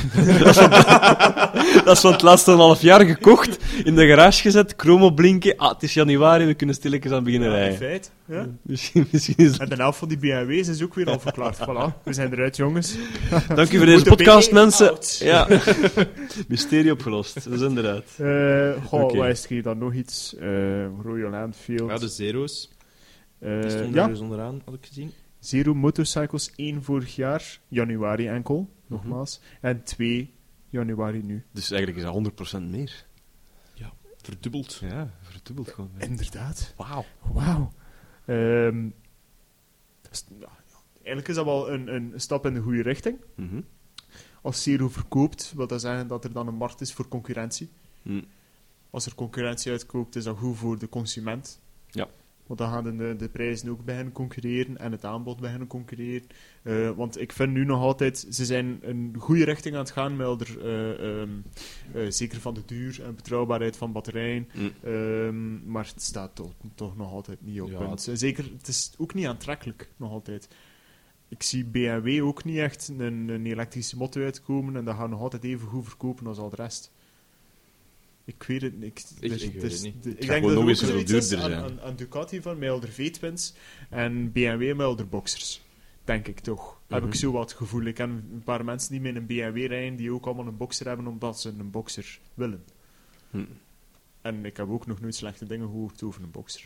S2: Dat is van het laatste half jaar gekocht, in de garage gezet, chromo blinken. Het is januari, we kunnen stilletjes aan beginnen
S3: Ja, in
S2: rijden.
S3: feite. Ja.
S2: Misschien is dat...
S3: En de helft van die BMW's is ook weer al verklaard. Voilà, we zijn eruit, jongens.
S2: Dank u voor deze
S3: Moeten
S2: podcast,
S3: beetje
S2: mensen.
S3: oud.
S2: Ja. Mysterie opgelost, dat is inderdaad. Oké.
S3: Wat is er hier dan nog iets? Royal Enfield.
S1: Ja, de Zero's. Die stonden
S3: ja,
S1: er dus onderaan, had ik gezien.
S3: Zero Motorcycles 1 vorig jaar, januari enkel, nogmaals. En 2 januari nu.
S2: Dus eigenlijk is dat 100% meer.
S1: Verdubbeld.
S2: Ja, verdubbeld gewoon.
S3: Inderdaad.
S2: Wauw.
S3: Wauw. Eigenlijk is dat wel een stap in de goede richting.
S2: Mhm.
S3: Als Zero verkoopt, wil dat zeggen dat er dan een markt is voor concurrentie.
S2: Hm.
S3: Als er concurrentie uitkoopt, is dat goed voor de consument.
S2: Ja.
S3: Want dan gaan de prijzen ook beginnen concurreren en het aanbod beginnen concurreren. Want ik vind nu nog altijd, ze zijn een goede richting aan het gaan met zeker van de duur en betrouwbaarheid van batterijen. Maar het staat toch nog altijd niet op
S1: Ja,
S3: punt. Zeker, het is ook niet aantrekkelijk, nog altijd. Ik zie BMW ook niet echt een elektrische motto uitkomen en dat gaat nog altijd even goed verkopen als al de rest. Ik weet het niet.
S1: Ik weet het niet.
S3: Ik
S2: gaat
S3: denk
S2: gewoon
S3: dat er
S2: nog
S3: ook
S2: eens zoveel
S3: zoiets is
S2: duurder
S3: aan Ducati van milder V-twins en BMW milder boxers. Denk ik toch. Heb ik zo wat gevoel. Ik ken een paar mensen die met een BMW rijden die ook allemaal een boxer hebben omdat ze een boxer willen.
S2: Hm.
S3: En ik heb ook nog nooit slechte dingen gehoord over een Boxer.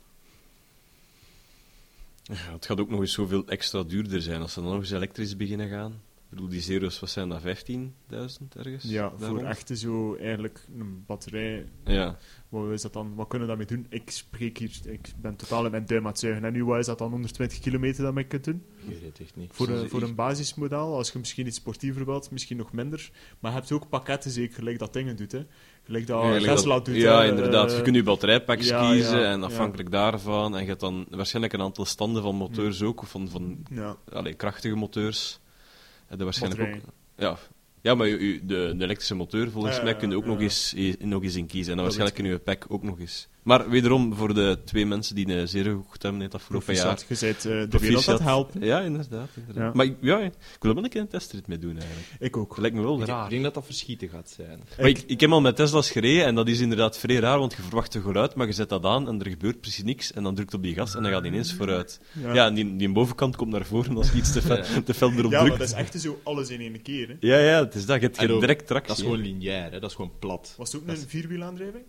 S2: Ja, het gaat ook nog eens zoveel extra duurder zijn als ze dan nog eens elektrisch beginnen gaan. Ik bedoel, die Zero's, wat zijn dat, 15.000 ergens?
S3: Ja,
S2: Daar
S3: voor
S2: rond?
S3: echt zo eigenlijk een batterij.
S2: Ja.
S3: Wat is dat dan? Wat kunnen we daarmee doen? Ik ben totaal in mijn duim aan het zuigen. En nu, wat is dat dan, 120 kilometer dat je kunt doen?
S1: Ik weet het echt niet.
S3: Voor een basismodel, als je misschien iets sportiever wilt, misschien nog minder. Maar je hebt ook pakketten, zeker, gelijk dat dingen doet, hè. Gelijk dat
S2: Ja,
S3: Tesla doet.
S2: ja,
S3: hè.
S2: inderdaad. Je kunt je batterijpacks
S3: ja,
S2: kiezen
S3: ja,
S2: en afhankelijk daarvan. En je hebt dan waarschijnlijk een aantal standen van moteurs ook, of van
S3: Ja,
S2: krachtige moteurs. En dat waarschijnlijk
S3: batterij.
S2: ook... Ja, maar de elektrische motor, volgens mij, kun je ook nog eens in kiezen. En dan waarschijnlijk in je pack ook nog eens. Maar wederom, voor de 2 mensen die een zeer goed hebben in het afgelopen jaar...
S3: Proficiat, je bent de wereld aan het helpen.
S2: Ja, inderdaad.
S3: Ja.
S2: Maar ik wil er wel een keer een testrit mee doen, eigenlijk.
S3: Ik ook.
S2: Dat lijkt me wel
S1: Ik
S2: raar.
S1: denk dat dat verschieten gaat zijn.
S2: Maar ik heb al met Tesla's gereden en dat is inderdaad vrij raar, want je verwacht een geluid, maar je zet dat aan en er gebeurt precies niks. En dan drukt op die gas en dan gaat hij ineens vooruit. Ja, en die bovenkant komt naar voren als je iets te fel erop
S3: Ja, maar
S2: drukt.
S3: dat is echt zo alles in één keer, hè.
S2: Ja, het is dat. Je hebt
S1: En ook,
S2: direct tractie.
S1: Dat is gewoon lineair, hè? Dat is gewoon plat.
S3: Was het ook een vierwielaandrijving?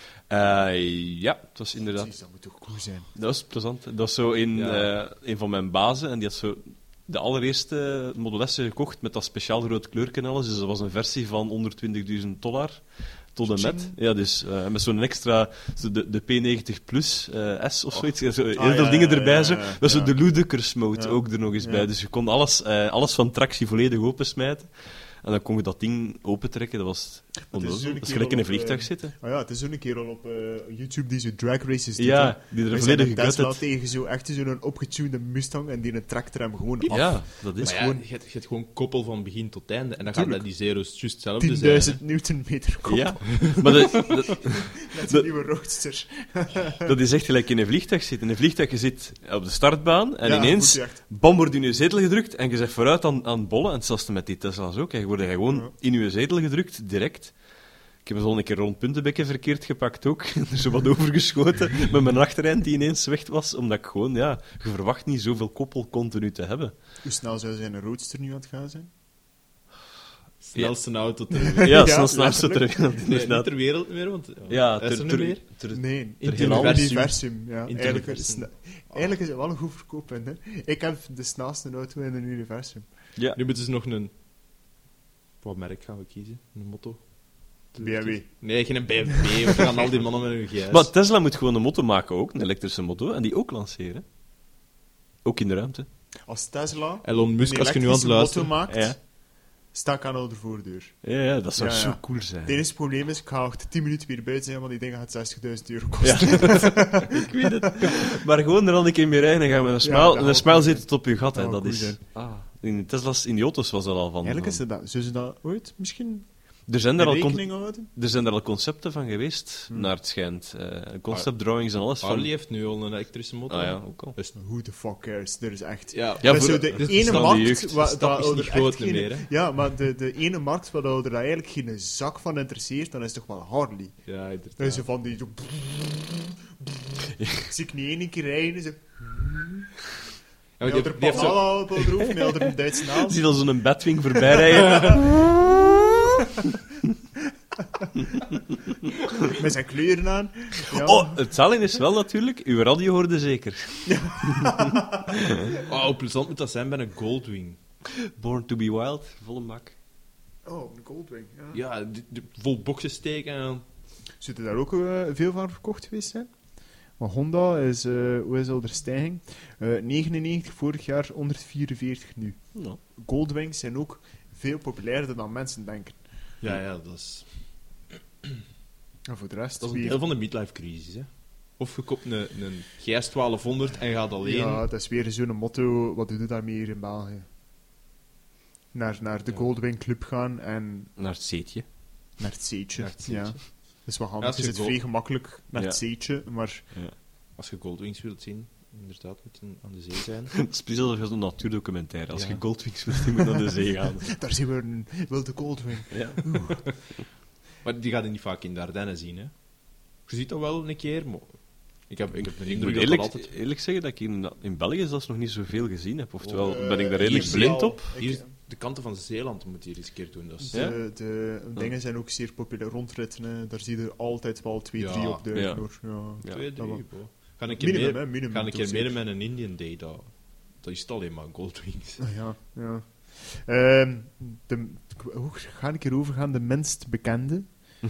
S2: Ja, het was inderdaad...
S3: Precies, dat moet toch cool zijn.
S2: Dat was plezant. Dat was zo een van mijn bazen en die had zo de allereerste Model S gekocht met dat speciaal rood kleurken en alles. Dus dat was een versie van $120.000 tot en met. Ja, dus met zo'n extra, zo de P90 Plus S of zoiets. Zo, heel veel dingen erbij. Zo. Dat was zo de Ludicrous mode ook er nog eens bij. Dus je kon alles van tractie volledig opensmijten. En dan kon je dat ding opentrekken. Dat was onnozel. Dat is gelijk in een vliegtuig zitten.
S3: Ah ja, het is zo'n kerel op YouTube die zo drag races doet.
S2: Ja,
S3: hè.
S2: die er
S3: Wij
S2: volledig
S3: zijn een Tesla
S2: gegutted.
S3: tegen zo echt zo'n opgetunede Mustang en die tractor hem gewoon af.
S2: Ja, dat is
S1: Maar ja,
S2: gewoon...
S1: je hebt gewoon koppel van begin tot einde. En dan gaat bij die zero's juist hetzelfde zijn.
S3: 10.000 newtonmeter kop.
S2: Ja, maar dat,
S3: Met zijn nieuwe roadster.
S2: dat is echt gelijk in een vliegtuig zitten. In een vliegtuig, je zit op de startbaan en
S3: Ja,
S2: ineens,
S3: goed, echt.
S2: bam, wordt in je zetel gedrukt en je zegt vooruit aan het bollen. En hetzelfde met die Tesla's ook. Je wordt gewoon in je zetel gedrukt, direct. Ik heb eens al een keer rond Puntenbekken verkeerd gepakt ook. Er zo wat overgeschoten met mijn achtereind die ineens weg was. Omdat ik gewoon, je verwacht niet zoveel koppel continu te hebben.
S3: Hoe snel zou zijn roadster nu aan het gaan zijn?
S1: Snelste auto ter wereld.
S2: Ja,
S3: Ja,
S2: snel ter wereld,
S1: Nee, niet
S2: inderdaad.
S1: ter wereld meer, want...
S2: Ja,
S1: is er niet meer?
S3: Nee,
S1: In het
S3: in het
S1: universum.
S3: universum. Ja.
S1: In het
S3: Eigenlijk,
S1: universum.
S3: eigenlijk is het wel een goed verkooppunt. Hè. Ik heb de snelste auto in het universum.
S2: Ja.
S1: Nu moeten ze nog een... Wat merk gaan we kiezen? Een motto?
S3: BMW.
S1: Nee, geen BMW. We gaan al die mannen met hun GS.
S2: Maar Tesla moet gewoon een motto maken ook, een elektrische motto, en die ook lanceren. Ook in de ruimte.
S3: Als Tesla
S1: Elon Musk,
S3: een
S1: als je nu aan het
S3: elektrische
S1: luisteren...
S3: auto maakt,
S2: Ja.
S3: sta ik aan de voordeur.
S2: Ja, dat zou
S3: Ja, ja.
S2: zo cool zijn.
S3: Het enige probleem is, ik ga achter 10 minuten weer buiten zijn, want die dingen gaat €60.000 kosten.
S2: Ja, ik weet het. Maar gewoon er al een keer mee rijden en gaan met een smile,
S3: dat
S2: en een
S3: zou
S2: smile
S3: cool
S2: zit het op je gat.
S3: Dat
S2: Hè.
S3: zou
S2: Dat
S3: cool
S2: is...
S3: zijn.
S2: In de Tesla's, in die auto's was dat al van...
S3: Eigenlijk is het dat. Zullen ze dat ooit misschien
S2: Er zijn er al
S3: rekening houden?
S2: Er zijn er al concepten van geweest, naar het schijnt. Conceptdrawings en alles.
S1: Harley heeft nu al een elektrische motor.
S2: Ah ja, ook al.
S1: Dus,
S3: Who the fuck cares? Er is echt...
S1: ja,
S2: Ja,
S3: dat is
S2: voor-
S3: zo de
S2: dat is
S3: ene
S2: dan de
S3: markt
S2: jeugd.
S3: waar
S1: De stap is
S3: waar
S1: niet
S3: er
S1: groot
S3: echt geen-
S1: meer, hè?
S3: Ja, maar de ene markt waar er eigenlijk geen zak van interesseert, dan is toch wel Harley.
S1: ja, inderdaad.
S3: Dat is zo van die... Zo zie ik niet één keer rijden, zo...
S1: Ja,
S3: Met
S1: maar
S3: er
S1: die heeft zo...
S3: Panala op de roof, met er een Duitse naam.
S2: Je ziet al zo'n Batwing voorbij rijden.
S3: Met zijn kleuren aan. Ja.
S2: Oh, het zalige is wel natuurlijk, uw radio hoorde zeker.
S1: Oh, hoe plezant moet dat zijn bij een Goldwing.
S2: Born to be Wild, volle bak.
S3: Oh, een Goldwing. Ja.
S1: Ja, vol boxen steken en dan...
S3: Zullen daar ook veel van verkocht geweest zijn? Maar Honda is, hoe is al de stijging? 99 vorig jaar, 144 nu.
S2: Nou,
S3: Goldwings zijn ook veel populairder dan mensen denken.
S1: Ja, dat is...
S3: En voor de rest...
S1: Dat is een
S3: weer-
S1: deel van de midlife-crisis, hè. Of je koopt een GS 1200 en gaat alleen...
S3: Ja, dat is weer zo'n motto. Wat doe je daarmee hier in België? Naar de
S1: Ja.
S3: Goldwing Club gaan en
S2: naar het zeetje.
S3: naar het zeetje.
S1: Naar het zeetje.
S3: Ja. Dat is wel
S1: Ja,
S3: handig.
S1: als
S3: Je
S1: je
S3: zit
S1: gold-
S3: vrij gemakkelijk naar het
S2: Ja.
S3: zeetje, maar...
S1: Als je Goldwings wilt zien, inderdaad, moet je aan de zee zijn.
S2: Het is precies als een natuurdocumentaire. Als
S1: Ja.
S2: je Goldwings wilt, je moet naar de zee gaan.
S3: Daar zien we een wilde Goldwing.
S2: Ja.
S1: Maar die gaat je niet vaak in de Ardennen zien, hè. Je ziet dat wel een keer, maar... Ik heb de
S2: Ik
S1: indruk
S2: moet
S1: dat
S2: eerlijk,
S1: dat altijd...
S2: eerlijk zeggen dat ik in België zelfs nog niet zoveel gezien heb. Oftewel,
S3: Oh,
S2: ben ik daar redelijk
S3: hier
S2: blind
S3: wel.
S2: op.
S3: Ik-
S1: Hier, De kanten van Zeeland moet je eens een keer doen. Dat is...
S2: Ja?
S3: De dingen zijn ook zeer populair. Rondritten, hè. Daar zie je er altijd wel 2-3
S1: Ja.
S3: op duiken.
S2: Ja.
S3: Hoor. Ja.
S2: Ja.
S1: 2, 3,
S3: wel.
S1: bro. Ga een keer
S3: Minimum,
S1: meer,
S3: hè. Minimum.
S1: ga een keer
S3: toch
S1: meer
S3: zeker.
S1: met een Indian Day. Dat is het alleen maar Goldwings.
S3: Ah, ja, ja. Hoe ga ik erover gaan? De minst bekende.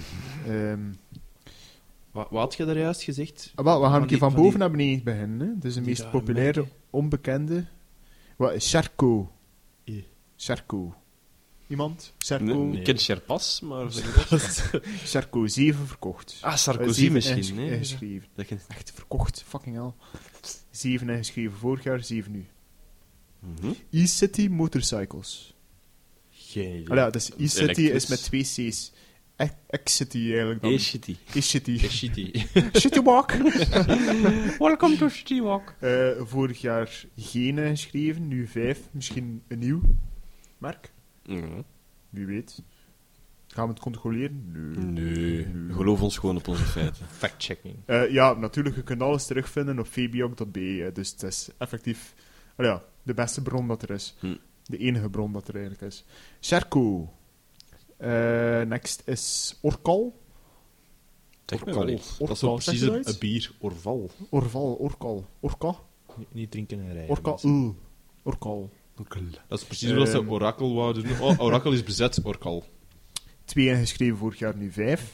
S1: Wat had je daar juist gezegd?
S3: We gaan een keer van
S1: die-
S3: boven naar beneden beginnen. Hè. Dus de
S1: die
S3: meest
S1: rare
S3: populaire,
S1: merken.
S3: onbekende. Wat is Charco?
S1: Ja.
S3: Charco. Iemand? Charco?
S2: Nee, ik ken Sherpas, maar... voor de rest-
S3: Charco, 7 verkocht.
S2: Ah, Sarkozy
S3: 7
S2: misschien, nee?
S3: ingeschreven.
S2: Dat je...
S3: Echt verkocht, fucking hell. 7 ingeschreven vorig jaar, 7 nu.
S2: Mhm.
S3: E-City Motorcycles.
S1: Geen idee.
S3: Ja, dus E-City
S2: Elektrisch.
S3: is met 2 C's. X-City eigenlijk dan.
S2: Hey, shitty.
S3: E-City.
S1: Shitty.
S3: City Walk.
S2: Welcome to Shitty Walk.
S3: Vorig jaar geen ingeschreven, nu 5. Misschien een nieuw merk.
S2: Mhm.
S3: Wie weet. Gaan we het controleren?
S2: Nee, geloof ons gewoon op onze feiten.
S1: Fact-checking.
S3: Ja, natuurlijk, je kunt alles terugvinden op fabiok.be. Dus het is effectief de beste bron dat er is.
S2: Hm.
S3: De enige bron dat er eigenlijk is. Charco. Next is Orkal.
S2: Zeg me wel iets.
S1: Dat is
S3: Orkal,
S1: ook precies
S3: zeg je
S1: een
S3: zoiets?
S1: bier, Orval.
S3: Orval, Orkal. Orka?
S1: Niet drinken en rijden.
S3: Orka,
S1: mensen.
S3: Orkal.
S1: Dat is precies wat ze
S3: Ehm.
S1: Orakel wouden doen. Oh, Orakel is bezet, Orkal.
S3: 2 ingeschreven vorig jaar, nu 5.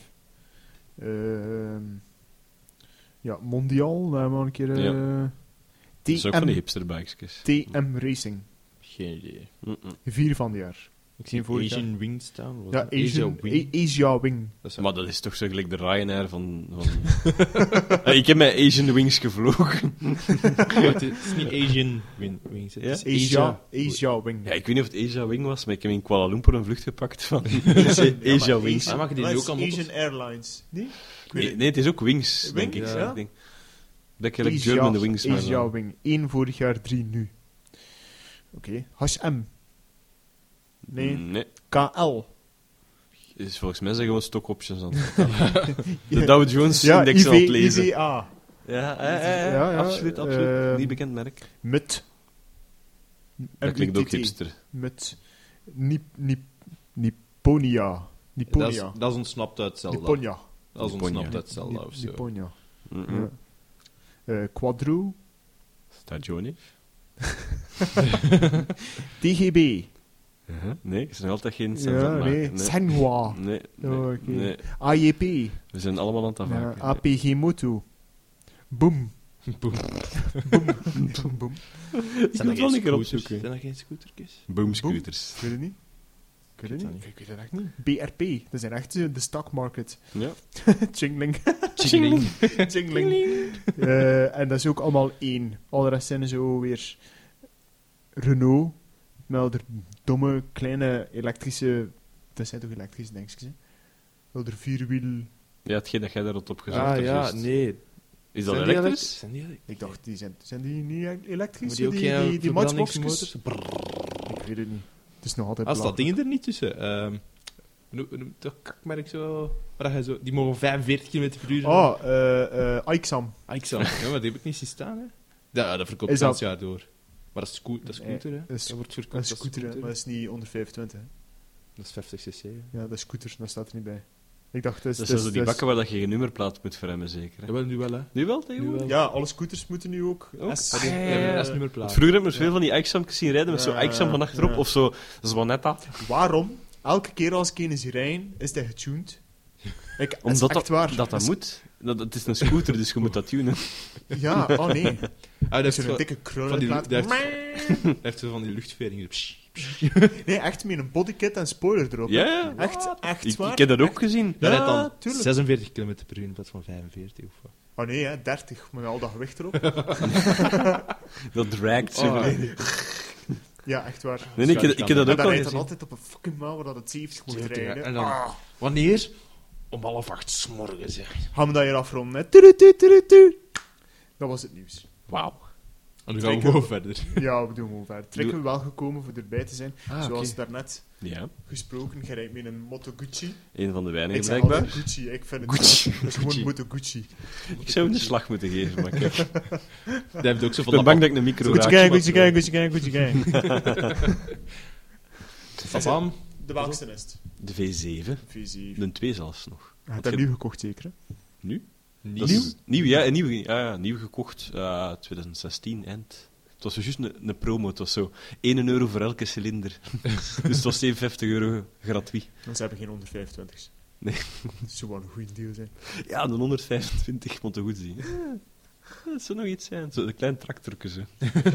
S3: Mondial, daar hebben we een keer...
S2: Dat is ook van die
S3: TM,
S2: hipsterbikes.
S3: TM Racing.
S1: Geen idee.
S3: 4 van het jaar.
S1: Ik zie
S3: vorig
S1: Asian Wing staan. Wat
S3: Ja,
S1: is dat?
S3: Asian
S1: Wing.
S3: Asia Wing.
S1: Dat is
S2: Maar dat is toch zo gelijk de Ryanair van... Ik heb met Asian Wings gevlogen.
S1: het is niet Asian Wings. Het
S2: Ja?
S1: is
S3: Asia Wing.
S2: Ja, ik weet niet of het Asia Wing was, maar ik heb in Kuala Lumpur een vlucht gepakt van Asia Wings.
S1: Ah, maken die
S3: dat
S1: nu
S3: is
S1: ook al
S3: Asian Airlines. Nee? Ik weet
S2: Nee, nee, het is ook Wings, denk
S3: Wings,
S2: ik.
S3: ja.
S2: Ik denk dat ik gelijk German the Wings ben.
S3: Asia Wing. 1 vorig jaar, 3 nu. Oké. HM. Nee.
S2: Nee,
S3: KL.
S2: is volgens mij zijn gewoon stock options aan het De Dow Jones
S3: Ja,
S2: index aan het lezen.
S3: IVA.
S2: Ja, absoluut, absoluut. Niet bekend merk.
S3: Met.
S2: Dat klinkt ook
S3: MITT.
S2: hipster.
S3: Met. Nipponia. Nipponia.
S1: Dat is ontsnapt uit Zelda.
S3: Nipponia.
S1: Dat is ontsnapt uit Zelda of zo.
S3: Nipponia.
S2: Mhm.
S3: Ja. Quadro.
S2: Staat Johnny?
S3: TGB.
S2: Nee, ik zijn altijd geen sens
S3: Ja,
S2: aan het
S3: nee.
S2: maken.
S3: Senhua.
S2: Nee, nee,
S3: Oh, oké.
S2: nee.
S3: AJP.
S2: We zijn allemaal aan het
S3: Ja,
S2: afhaken.
S3: APG Moto. Boom.
S1: Boom.
S3: Boom. Boom.
S2: Ik moet wel een keer opzoeken.
S1: Zijn dat geen scootertjes?
S2: Boomscooters.
S3: Ik weet het niet. Ik weet het
S1: dat
S3: niet.
S1: niet.
S3: Ik weet het echt niet. BRP. Dat zijn echt de stock market.
S2: Ja.
S3: Chingling.
S1: Chingling.
S3: Chingling. En dat is ook allemaal 1. Al de rest zijn zo weer Renault. Met al de domme, kleine elektrische... Dat zijn toch elektrische dingetjes, hè? Al de vierwiel...
S2: Ja, hetgeen dat jij daar had opgezocht.
S1: Ah
S2: hebt,
S1: ja,
S2: juist.
S1: nee.
S2: Is dat
S1: Zijn die
S2: elektrisch?
S1: Zijn die elektrisch?
S3: Ik dacht, zijn die niet elektrisch?
S1: Hebben die ook geen
S3: die matchboxjes?
S1: verbrandingsmotors?
S3: Ik weet het niet. Het is nog altijd
S1: Als dat
S3: belachelijk.
S1: dingen er niet tussen. Noem toch kakmerk zo. Waar je zo. Die mogen 45 km per uur.
S3: Aixam.
S1: Aixam. Ja, maar die heb ik niet zien staan, hè? Ja, dat verkoopt
S3: Is
S1: het
S3: dat-
S1: jaar door. Maar dat is, dat is scooter, hè?
S3: Dat is-
S1: Dat wordt verkoopt
S3: Dat is
S1: als
S3: scooter, hè, maar dat is niet onder 25. Hè.
S1: Dat is 50 cc. hè.
S3: Ja, dat is scooter, dat staat er niet bij. Ik dacht,
S2: Dat zijn zo die bakken waar dat je geen nummerplaat moet verremmen, zeker. Hè?
S1: Ja, wel, nu wel, hè?
S2: Nu wel,
S1: Nu
S2: tegenwoordig?
S1: wel.
S3: Ja, alle scooters moeten nu ook...
S2: Ook?
S3: S.
S1: Maar die
S2: Ah, ja,
S1: hebben
S2: ja.
S1: een S-nummerplaat.
S2: Want vroeger hebben we veel van die Aixam's zien rijden met
S3: Ja,
S2: zo'n Aixam van achterop,
S3: ja.
S2: of zo Zwanetta.
S3: Waarom? Elke keer als ik een zie rijden, is dat getuned. Dat is
S2: Omdat
S3: echt waar.
S2: dat moet. Het is een scooter, dus je moet dat tunen.
S3: Ja, oh nee.
S1: Ah, dat
S3: Dat is
S1: is
S3: een
S1: zo-
S3: dikke
S1: van die-
S3: krullenplaat.
S1: dat Hij heeft zo van die luchtveringen.
S3: Nee, echt met een bodykit en spoiler erop. hè.
S2: Ja, ja.
S3: Echt
S2: Ik
S3: waar.
S2: heb dat ook gezien.
S3: Ja,
S1: Dat rijdt dan
S3: tuurlijk.
S1: 46 km per uur in plaats van 45 of wat.
S3: Oh nee, hè, 30, met al dat gewicht erop.
S2: Dat draagt zo.
S1: Oh,
S3: Ja, echt waar.
S2: Nee, nee, ik heb dat
S3: En
S2: ook
S3: dat
S2: al
S3: rijdt dan
S2: gezien.
S3: altijd op een fucking mouw waar dat het 70 moet
S1: 70,
S3: rijden.
S1: en dan-
S3: Ah.
S1: Wanneer? Om 7:30 's morgens, hè.
S3: Gaan we dat hier afronden, hè. Tudu. Dat was het nieuws.
S2: Wauw.
S1: En dan gaan we
S3: Trekken.
S1: gewoon verder.
S3: Ja, we doen gewoon verder. Trekken we wel gekomen voor erbij te zijn. Zoals daarnet
S2: Ja,
S3: gesproken, je rijdt met een Moto Gucci.
S2: een van de
S3: Ik
S2: weinigen
S3: zeg
S2: blijkbaar.
S3: altijd Gucci, ik vind het
S2: Gucci.
S3: Dat is gewoon Moto Gucci.
S2: Ik zou hem de slag moeten geven, maar ik
S1: Dat heeft ook zo
S2: ben
S1: van
S2: bang dat ik een micro
S3: Gucci
S2: raak.
S3: gang, Gucci gang, Gucci gang, Gucci gang.
S1: Sabam.
S3: De welkste is het?
S2: De V7.
S3: V7.
S2: De 2 zelfs nog.
S3: Je hebt dat nieuw gekocht, zeker? Hè?
S2: Nu?
S1: Nieuw?
S2: Dat is nieuw, ja, nieuw gekocht. 2016, eind. Het was juist een promo. Het was zo €1 voor elke cilinder. Dus het was €57 gratuit.
S3: Want ze hebben geen 125's.
S2: Nee.
S3: Dat zou wel een goede deal zijn.
S2: Ja, de 125 moet er goed zien. Ja, dat zou nog iets zijn. Zo'n klein tractortje. Zo.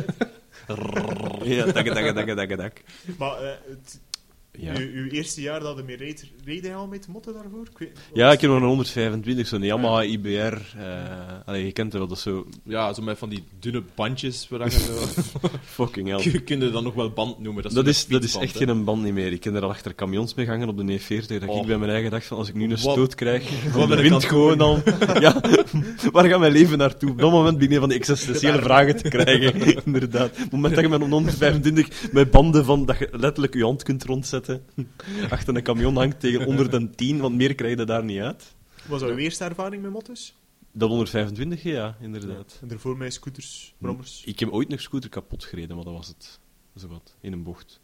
S2: Ja, dak.
S3: Maar
S2: Ja.
S3: uw eerste jaar dat je mee reed je al met de motten daarvoor?
S2: Ja, ik heb nog een 125, zo'n Yamaha IBR. Allee, je kent het wel, dat is zo
S1: Ja, zo met van die dunne bandjes. Waar je zo...
S2: fucking hell.
S1: Je kunt het dan nog wel band noemen.
S2: Dat is echt geen band niet meer. Ik ken er al achter camions mee gangen op de E40. Dat ik bij mijn eigen dacht van, als ik nu een stoot krijg, van de wind gewoon dan... Ja, waar gaat mijn leven naartoe? Op dat moment begin je van die existentiële vragen te krijgen. Inderdaad. Op het moment dat je met een 125 met banden van, dat je letterlijk je hand kunt rondzetten, achter een camion hangt tegen 110, want meer krijg je daar niet uit.
S3: Was dat uw eerste ervaring met mottos?
S2: Dat 125, ja, inderdaad.
S3: En daarvoor met scooters, brommers?
S2: Ik heb ooit een scooter kapot gereden, maar dat was het. Zowat, in een bocht.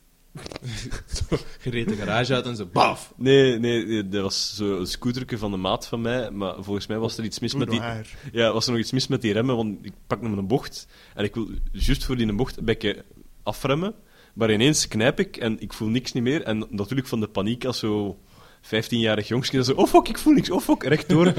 S1: Je reed de garage uit en zo, baf!
S2: Nee, dat was zo'n scooterke van de maat van mij, maar volgens mij was er iets mis met die... Ja, was er nog iets mis met die remmen, want ik pak hem een bocht en ik wil juist voor die bocht een beetje afremmen, maar ineens knijp ik en ik voel niks niet meer. En natuurlijk van de paniek als zo 15-jarig jongske zo, oh fuck, ik voel niks, oh fuck, rechtdoor.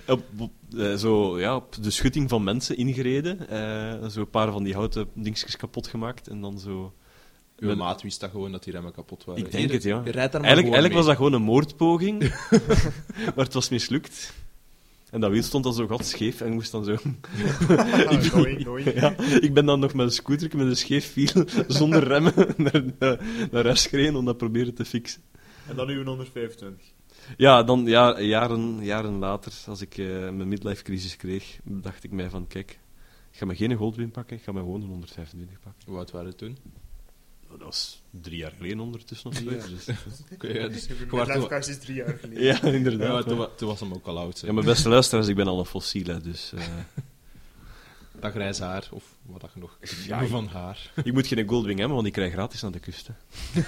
S2: Op de schutting van mensen ingereden, zo een paar van die houten dingetjes kapot gemaakt en dan zo...
S1: Uw maat wist dat gewoon dat die remmen kapot waren.
S2: Ik denk het, ja.
S1: Je rijdt daar maar
S2: Eigenlijk was dat gewoon een moordpoging, maar het was mislukt. En dat wiel stond dan zo godscheef en moest dan zo...
S3: Nooit.
S2: Ja, ik ben dan nog met een scooter met een scheef wiel, zonder remmen, naar huis gereden om dat proberen te fixen.
S3: En dan uw 125.
S2: Ja, dan jaren later, als ik mijn midlife-crisis kreeg, dacht ik mij van, kijk, ik ga me geen Goldwyn pakken, ik ga me gewoon een 125 pakken.
S1: Hoe oud waren het toen?
S2: Dat was 3 jaar geleden ondertussen of zo. Dus.
S1: Ja, dus
S3: Mijn liefkast is 3 jaar geleden.
S2: Ja, inderdaad.
S1: ja, toen was hem ook al oud.
S2: Ja, mijn beste luisteraars, ik ben al een fossiel, hè, dus...
S1: Dat grijs haar, of wat dat je nog
S2: Ja,
S1: van haar.
S2: Ik moet geen Goldwing hebben, want ik krijg gratis naar de kust. Hè.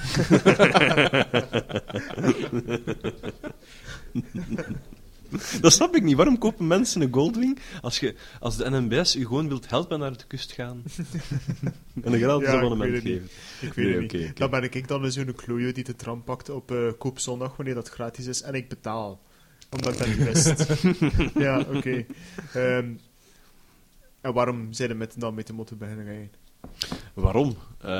S2: Dat snap ik niet. Waarom kopen mensen een Goldwing als de NMBS u gewoon wilt helpen naar de kust gaan? En een gratis abonnement geven.
S3: Ik weet het niet.
S2: Okay.
S3: Dan ben ik dan zo'n klojo die de tram pakt op koopzondag, wanneer dat gratis is, en ik betaal. Omdat ik dat niet wist. Ja, oké. En waarom zijn we dan met de motor beginnen rijden?
S2: Waarom?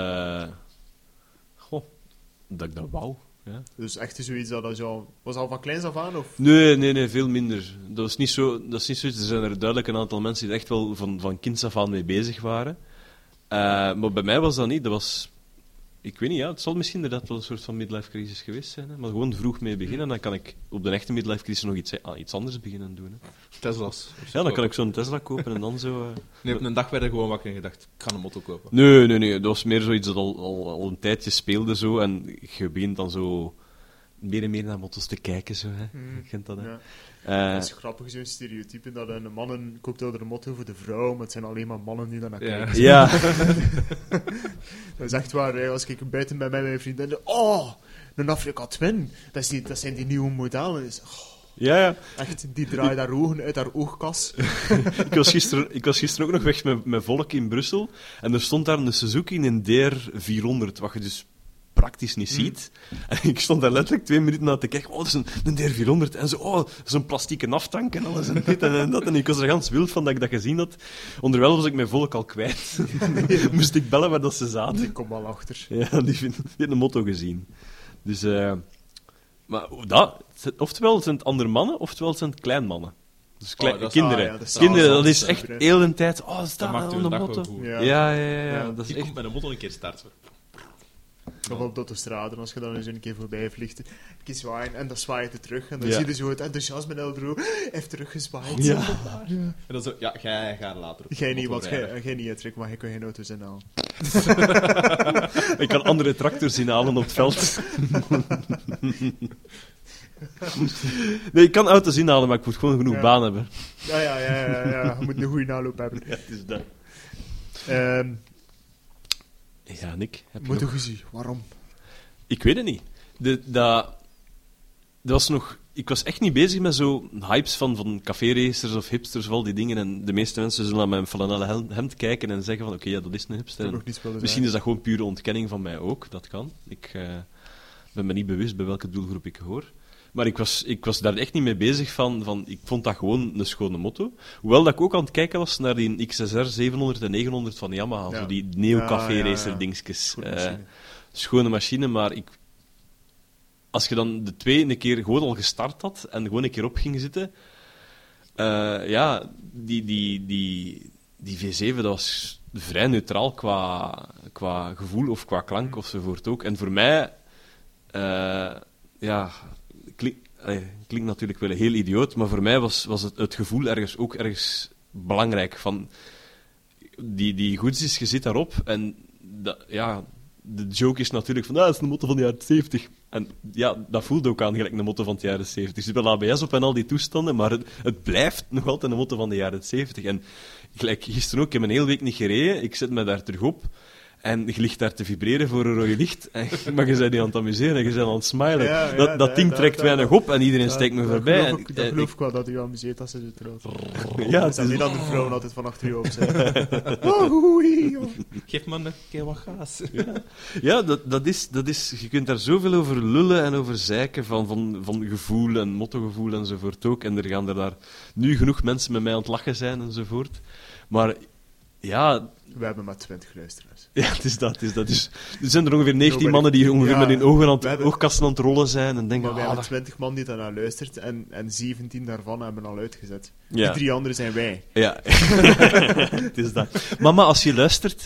S2: Dat ik dat wou. Ja.
S3: Dus echt zoiets dat was al van kleins af aan? Of?
S2: Nee, veel minder. Dat is niet zoiets. Er zijn er duidelijk een aantal mensen die er echt wel van kinds af aan mee bezig waren. Maar bij mij was dat niet. Dat was... Ik weet niet, ja, het zal misschien inderdaad wel een soort van midlife-crisis geweest zijn. Hè? Maar gewoon vroeg mee beginnen, dan kan ik op de echte midlife-crisis nog iets anders beginnen doen. Hè?
S1: Tesla's.
S2: Ja, dan kan ik zo'n Tesla kopen en dan zo...
S1: Nee, op een dag werd ik gewoon wakker en gedacht, ik ga een motto kopen.
S2: Nee. Dat was meer zoiets dat al een tijdje speelde zo. En je begint dan zo meer en meer naar motto's te kijken. Zo, hè. Je kent dat, hè.
S3: Ja. Dat is grappig, zo'n stereotype dat een man koopt ouder een motto voor de vrouw, maar het zijn alleen maar mannen die daar naar kijken.
S2: Ja.
S3: Dat is echt waar. Hè. Als ik buiten ben met mijn vriendinnen, een Afrika Twin, dat zijn die nieuwe modellen.
S2: Ja.
S3: Echt, die draaien haar ogen uit haar oogkas.
S2: Ik was gisteren ook nog weg met volk in Brussel en er stond daar een Suzuki in een DR400, wat je dus praktisch niet ziet. En ik stond daar letterlijk 2 minuten naar te kijken. Oh, dat is een DR400. En zo, dat is een plastieke naftank en alles en dit en dat. En ik was er gans wild van dat ik dat gezien had. Onderwijl was ik mijn volk al kwijt. Moest ik bellen waar dat ze zaten.
S3: Ik kom wel achter.
S2: Ja, die heeft een motto gezien. Dus, maar oftewel zijn het andere mannen, oftewel zijn het kleinmannen. Dus kinderen. Kinderen, dat is echt heel de tijd. Oh, staat
S1: maakt
S2: aan de
S1: dag
S2: motto.
S1: goed.
S2: Ja. Dat is
S1: Ik
S2: echt...
S1: kom met een motto een keer starten.
S3: Of op de autostrade, als je dan eens een keer voorbij vliegt, een keer zwaaien, en dan zwaait het terug, en dan zie je zo het enthousiasme in Eldro, heeft teruggezwaaid.
S2: Ja.
S1: En dan zo, ja, jij gaat later op
S3: Jij niet,
S1: motto
S3: want
S1: rijden.
S3: jij niet, Trek, maar jij kan geen auto's inhalen.
S2: Ik kan andere tractors inhalen op het veld. Nee, ik kan auto's inhalen, maar ik moet gewoon genoeg baan hebben.
S3: Ja. Je moet een goede aanloop hebben.
S2: Ja, het is dat.
S3: Ja,
S2: Ja, Nick.
S3: Moto Guzzi, waarom?
S2: Ik weet het niet. Dat was nog... Ik was echt niet bezig met zo hypes van café-racers of hipsters of al die dingen. En de meeste mensen zullen naar mijn flanellen hemd kijken en zeggen van oké, ja, dat is een hipster.
S3: nog niets willen
S2: Misschien
S3: zeggen.
S2: is dat gewoon pure ontkenning van mij ook. Dat kan. Ik ben me niet bewust bij welke doelgroep ik hoor. Maar ik was daar echt niet mee bezig van... Ik vond dat gewoon een schone motto. Hoewel dat ik ook aan het kijken was naar die XSR 700 en 900 van Yamaha.
S3: Ja.
S2: Zo die neo-café-racer
S3: Ja.
S2: dingetjes.
S3: Goede machine.
S2: Schone machine, maar als je dan de twee een keer gewoon al gestart had en gewoon een keer op ging zitten... Die V7, dat was vrij neutraal qua gevoel of qua klank ofzovoort ook. En voor mij... klinkt natuurlijk wel heel idioot, maar voor mij was het gevoel ergens belangrijk. Van die goedjes, je zit daarop en de joke is natuurlijk van, dat is een motto van de jaren 70. En ja, dat voelde ook aan gelijk een motto van de jaren 70. Ze hebben ABS op en al die toestanden, maar het blijft nog altijd een motto van de jaren 70. En gelijk gisteren ook, ik heb een hele week niet gereden, ik zet me daar terug op. En je ligt daar te vibreren voor een rode licht. Maar je bent niet aan het amuseren en je bent aan het smilen.
S3: Ja,
S2: dat ding trekt weinig op en iedereen
S3: Ja,
S2: steekt me
S3: dat
S2: voorbij.
S3: Dat geloof ik wel, dat u amuseert als ze zo trouwt.
S2: Ja,
S3: Het is niet dat de vrouwen altijd van achter u op zijn. Oh, oei, oh.
S1: Geef me een keer wat gas.
S2: Ja, dat is... Je kunt daar zoveel over lullen en over zeiken van gevoel en mottogevoel enzovoort ook. En er gaan er daar nu genoeg mensen met mij aan het lachen zijn enzovoort. Maar ja...
S3: We hebben maar 20 luisteraars.
S2: Ja, het is dat. Dus, er zijn er ongeveer 19
S3: Nobody-
S2: mannen die ongeveer
S3: Ja,
S2: met hun ogen
S3: we hebben-
S2: oogkasten aan het rollen zijn en denken...
S3: Maar we hebben
S2: dat...
S3: 20 man die daarnaar luistert en 17 daarvan hebben al uitgezet.
S2: Ja.
S3: Die 3 anderen zijn wij.
S2: Ja, het is dat. Mama, als je luistert...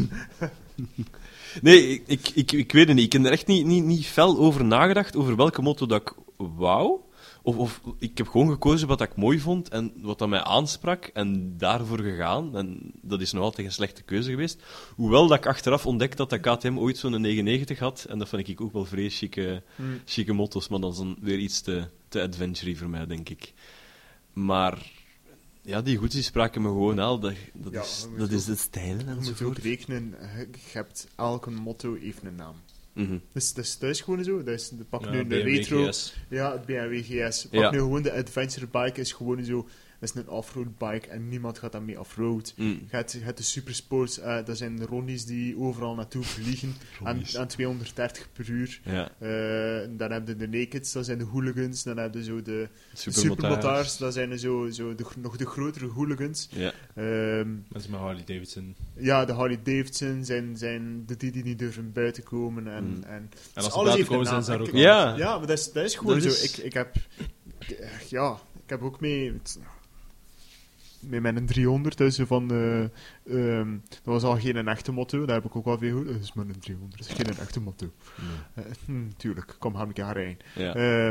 S2: Nee, ik weet het niet. Ik heb er echt niet fel over nagedacht, over welke motto dat ik wou. Of ik heb gewoon gekozen wat ik mooi vond en wat dat mij aansprak en daarvoor gegaan. En dat is nog altijd een slechte keuze geweest. Hoewel dat ik achteraf ontdekte dat de KTM ooit zo'n 99 had. En dat vond ik ook wel vrij chique motto's. Maar dat is dan weer iets te adventure voor mij, denk ik. Maar ja, die goedjes spraken me gewoon aan. Dat is de stijl
S3: Je moet ook
S2: enzovoort.
S3: rekenen, je hebt elke motto heeft een naam.
S2: Mhm.
S3: Dus dat is thuis gewoon zo. Dus, pak nu een
S1: BMW
S3: retro...
S1: GS.
S3: Ja, het BMW GS. Pak
S2: Ja.
S3: nu gewoon de adventure bike, is gewoon zo... Dat is een offroad bike en niemand gaat daarmee offroad.
S2: Mm.
S3: Je hebt de supersports, dat zijn de Ronnies die overal naartoe vliegen aan 230 per uur.
S2: Ja,
S3: Dan heb je de Nakeds, dat zijn de hooligans. Dan heb je zo de
S2: supermotards.
S3: supermotards, dat zijn zo nog de grotere hooligans.
S2: Ja.
S1: Mensen met Harley Davidson.
S3: Ja, de Harley Davidson zijn die niet durven buiten komen. En
S1: En
S3: dus
S1: als ze
S3: alles
S1: buiten
S3: heeft
S1: komen,
S3: een
S1: zijn ze
S3: naam.
S1: daar ook
S2: Ja.
S1: al.
S3: Ja, maar dat is gewoon
S2: Dat
S3: zo.
S2: is-
S3: Ik heb ook mee... Met mijn 300, dus van... dat was al geen echte motto, daar heb ik ook wel veel gehoord. Dat is maar een 300, dat is geen echte motto. Tuurlijk, kom, ga ik gaan rijden.
S2: Ja.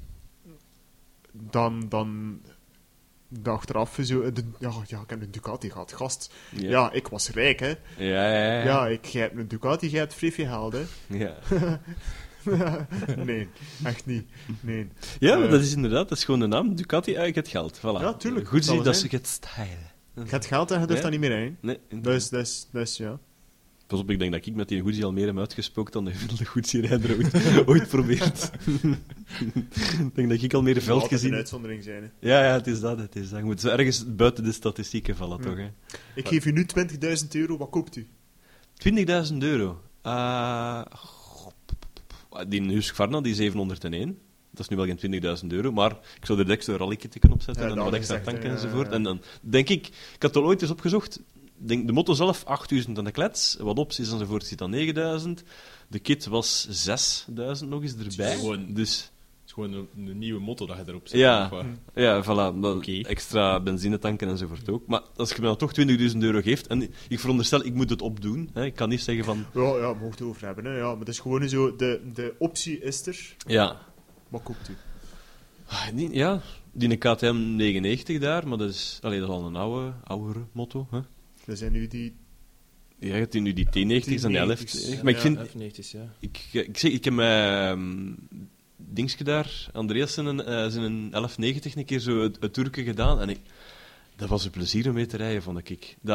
S3: Dan de achteraf zo... ik heb een Ducati gehad, gast. Ja, ik was rijk, hè.
S2: Ja.
S3: Ja, jij hebt een Ducati, jij hebt vrij veel geld, hè.
S2: Ja.
S3: Nee, echt niet. Nee.
S2: Ja, maar dat is inderdaad, dat is gewoon de naam. Ducati, ik het geld. Voilà.
S3: Ja, tuurlijk,
S2: Goed
S3: zal
S2: zie,
S3: het
S2: dat is
S3: zijn.
S2: het stijl.
S3: Je hebt geld en je durft
S2: Ja.
S3: daar niet meer rijden.
S2: Nee,
S3: Dus ja.
S2: pas op, ik denk dat ik met die Goodie al meer heb uitgespookt dan de gemiddelde Goodie-rijder ooit probeert. Ik denk dat ik al meer
S3: Dat
S2: veld
S3: zal altijd een
S2: gezien heb.
S3: uitzondering zijn, hè.
S2: Ja, het is dat. Je moet zo ergens buiten de statistieken vallen, toch? Hè?
S3: Ik geef u nu €20.000, wat koopt u?
S2: €20.000. Die Husqvarna, die 701. Dat is nu wel geen €20.000, maar ik zou er direct zo'n rallykitteken op zetten
S3: Ja,
S2: en
S3: dat
S2: wat
S3: had
S2: extra
S3: gezegd,
S2: tanken
S3: ja,
S2: enzovoort.
S3: ja.
S2: En dan denk ik had het al ooit eens opgezocht, de motto zelf 8.000 aan de klets, wat opties enzovoort zit aan 9.000. De kit was 6.000 nog eens erbij.
S1: Gewoon-
S2: Dus
S1: Het is gewoon een nieuwe motto dat je erop zet.
S2: ja,
S1: of wat?
S2: ja, voilà. Dat
S1: Oké.
S2: extra benzinetanken enzovoort ook. Maar als je me dan toch €20.000 geeft, en ik veronderstel, ik moet het opdoen. Hè, ik kan niet zeggen van...
S3: Ja, we mogen het over hebben, hè. Ja, maar het is gewoon zo, de optie is er.
S2: Ja,
S3: Wat koopt u?
S2: ja die KTM 99 daar, maar dat is al een oudere motto. Hè.
S3: Dat zijn nu die...
S2: Ja, je hebt nu die T90's en de 11.
S3: 1090's.
S2: Maar ik vind...
S1: F90's, ja.
S2: Ik heb met Dingske daar, Andreas zijn 1190 een keer zo het toerke gedaan en dat was een plezier om mee te rijden, vond ik.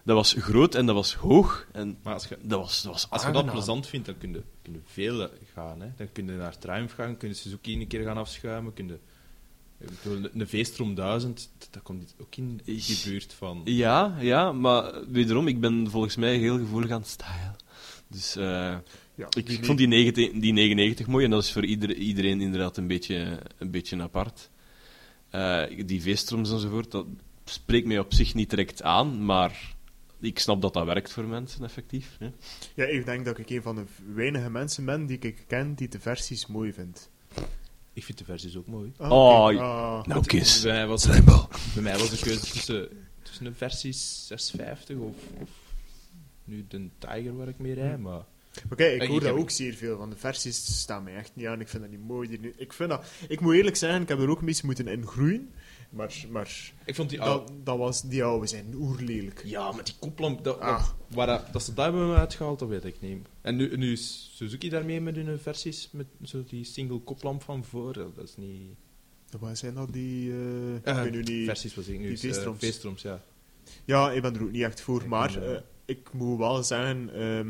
S2: Dat was groot en dat was hoog. En
S1: Maar als je
S2: dat was
S1: dat
S2: aangenaam.
S1: plezant vindt, dan kun je veel gaan. Hè. Dan kun je naar Triumph gaan, kun je Suzuki een keer gaan afschuimen. Ik bedoel, een V-Strom 1000, dat komt ook in die buurt van...
S2: Ja, maar wederom, ik ben volgens mij heel gevoelig aan style. Dus
S3: Ja,
S2: ik vond die 99 mooi en dat is voor iedereen inderdaad een beetje apart. Die V-stroms enzovoort, dat spreekt mij op zich niet direct aan, maar ik snap dat dat werkt voor mensen, effectief. Ja.
S3: Ja, ik denk dat ik een van de weinige mensen ben die ik ken die de versies mooi vindt.
S1: Ik vind de versies ook mooi.
S3: Ah,
S2: Oh,
S3: oké.
S2: Nou,
S1: Want
S2: Kiss.
S1: Bij mij was
S2: Slijmbal.
S1: de keuze tussen een versie 650 of nu de Tiger waar ik mee rijd, maar...
S3: Oké, ik
S1: Ik
S3: hoor dat
S1: heb-
S3: ook zeer veel van. De versies staan mij echt niet aan. Ik vind dat niet mooi. Ik moet eerlijk zeggen, ik heb er ook een beetje moeten in groeien. Maar
S1: Ik vond die
S3: die oude zijn oerlelijk.
S1: Ja, met die koplamp, dat ze dat hebben uitgehaald, dat weet ik niet. En nu is Suzuki daarmee met hun versies, met zo die single koplamp van voor, dat is niet...
S3: Wat zijn dat die... ik weet nu niet...
S1: Versies was ik nu,
S3: die V-stroms.
S1: V-stroms, ja.
S3: Ja, ik ben er ook niet echt voor.
S1: Ik
S3: Maar
S1: ben,
S3: ik moet wel zeggen...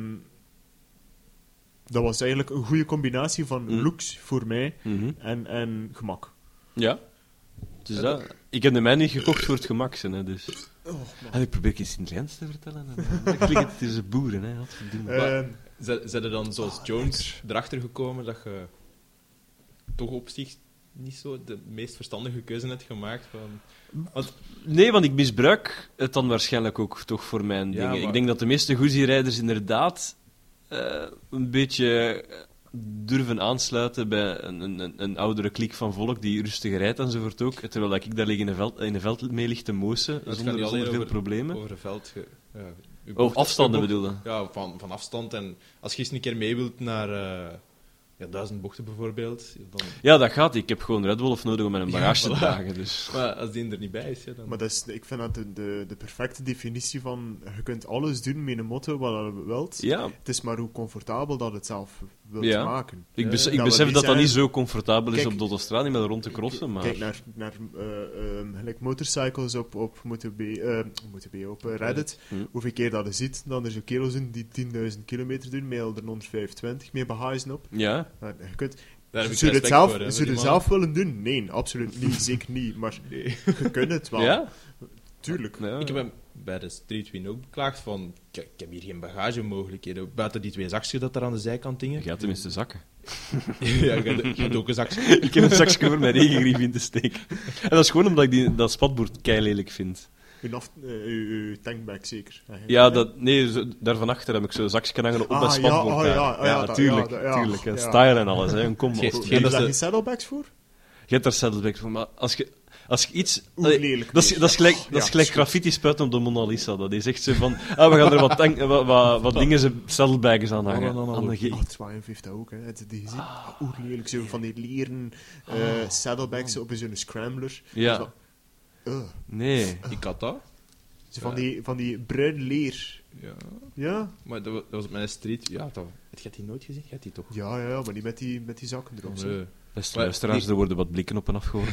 S3: dat was eigenlijk een goede combinatie van looks voor mij en gemak.
S2: Ja. Dus dat, ik heb de mij niet gekocht voor het gemak, hè, dus...
S3: Oh, man.
S2: En ik probeer iets Sint-Jens te vertellen. En dan klinkt het tussen boeren, hè. Godverdomme.
S1: Zijn er dan, zoals Jones, erachter gekomen dat je toch op zich niet zo de meest verstandige keuze hebt gemaakt van...
S2: Nee, want ik misbruik het dan waarschijnlijk ook toch voor mijn
S1: Ja,
S2: dingen.
S1: maar-
S2: Ik denk dat de meeste Goezie-rijders inderdaad een beetje durven aansluiten bij een oudere kliek van volk die rustiger rijdt enzovoort ook. Terwijl dat ik daar in een veld mee ligt te moosen,
S1: Het gaat
S2: zonder
S1: niet alleen
S2: veel
S1: over-
S2: problemen.
S1: Over een veld... ja, uw
S2: Of
S1: bocht-
S2: afstanden
S1: uw bocht-
S2: bedoelde.
S1: Ja, van afstand. En als je eens een keer mee wilt naar 1000 bochten bijvoorbeeld, dan...
S2: Ja, dat gaat. Ik heb gewoon Red Wolf nodig om mijn bagage te
S1: voilà.
S2: dragen. Dus.
S1: Maar als die er niet bij is, ja, dan...
S3: Maar dat is, ik vind dat de perfecte definitie van... Je kunt alles doen met een motto wat je wilt.
S2: Ja,
S3: Het is maar hoe comfortabel dat het zelf wilt
S2: Ja.
S3: maken.
S2: ik
S1: Ja,
S2: besef,
S3: dat
S2: ik
S3: wil
S2: besef
S3: niet
S2: dat dat
S3: zeggen-
S2: niet zo comfortabel is
S3: Kijk,
S2: op de autostrade met rond te crossen, maar...
S3: Kijk naar gelijk motorcycles op Reddit.
S2: Hm.
S3: Hoeveel keer dat je ziet, dan er zo kerels in die 10.000 kilometer doen, met al de 125, met bagage op.
S2: Ja,
S3: Maar je kunt...
S1: Daar heb ik
S3: Zou je het
S1: respect
S3: zelf,
S1: voor, hè,
S3: zou je
S1: voor
S3: het
S1: die
S3: zelf willen doen? Nee, absoluut niet. Zeker niet. Maar je kunt het wel.
S2: ja?
S3: Tuurlijk.
S2: Ja.
S1: Ik heb hem bij de Street Win ook beklaagd van... Ik heb hier geen bagagemogelijkheden. Buiten die 2 zakjes dat er aan de zijkant dingen.
S2: Je gaat tenminste zakken.
S1: Ja, je hebt ook een zakje.
S2: Ik heb een zakje voor mijn regengrief in te steken. En dat is gewoon omdat ik dat spatbord keilelijk vind.
S3: Uw tankbag zeker.
S2: Ja, daar van achter heb ik zo'n zakje hangen op dat spatbord.
S3: ja,
S2: tuurlijk.
S3: dat, ja.
S2: Tuurlijk, hè.
S3: Ja.
S2: Style en alles, hè. Een combo.
S1: Geest-
S3: Heb
S1: Geef
S3: je
S1: dat
S3: daar
S1: ze-
S3: geen saddlebags voor?
S2: Je hebt daar saddlebags voor, maar als je iets...
S3: Oeh,
S2: Allee,
S3: lelijk.
S2: dat is gelijk, dat is
S3: Ja,
S2: gelijk
S3: goed.
S2: graffiti spuiten op de Mona Lisa. Dat is echt zo van... we gaan er wat dingen, saddlebags aan hangen. Aan de
S3: Oh, Triumph heeft dat ook, hè. Heb je die gezien? Oeh, lelijk. Zo van die leren saddlebags op zo'n scrambler.
S2: Ja.
S3: Zo,
S2: Nee.
S1: Ik had dat.
S3: zo van die bruin leer.
S1: Ja.
S3: Ja?
S1: Maar dat was op mijn street. Ja, dat... Heb je die nooit gezien? Je hebt die toch?
S3: Ja, maar niet met die zakken erop. zo.
S1: Nee.
S2: Beste
S1: Maar
S2: luisteraars,
S1: die-
S2: er worden wat blikken op en af gehoord.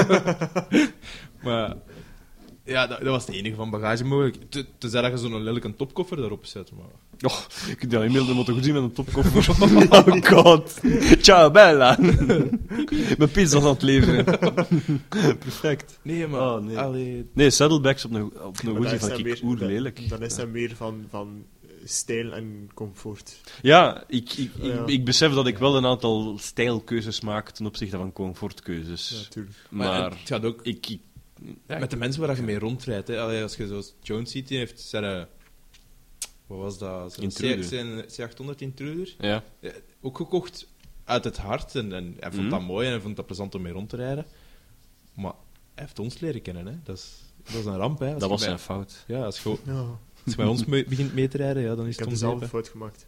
S1: Maar... Ja, dat was het enige van bagage mogelijk. Tenzij dat je zo'n lelijke topkoffer daarop zet. Maar...
S2: Oh, ik heb dat inmiddels moeten goed zien met een topkoffer. Oh god. Ciao, bella. Mijn pizza aan het leveren. Perfect.
S1: Nee, maar...
S2: Oh, nee.
S1: Allee,
S2: Nee, saddlebags op een
S3: Maar
S2: Uzi
S3: dan is
S2: van
S3: dat
S2: ik
S3: meer-
S2: oerlelijk.
S3: Dan is dat meer van stijl en comfort.
S2: Ja,
S3: Ja.
S2: ik besef dat ik wel een aantal stijlkeuzes maak ten opzichte van comfortkeuzes.
S3: Ja, natuurlijk.
S2: Maar
S1: het gaat ook... met de mensen waar je mee rondrijdt. Hè. Allee, als je zoals Jones ziet, die heeft zijn... Wat was dat?
S2: Intruder.
S1: Zijn C800 Intruder.
S2: ja.
S1: Ook gekocht uit het hart. En hij vond dat mooi en hij vond dat plezant om mee rond te rijden. Maar hij heeft ons leren kennen. Hè. Dat is een ramp. Hè. Als
S2: Dat
S1: je
S2: was
S1: bij-
S2: zijn fout.
S1: Ja, als je, als
S3: Ja,
S1: je bij ons begint mee te rijden, ja, dan is
S3: ik heb
S1: het
S3: dezelfde
S1: omzeep,
S3: fout gemaakt.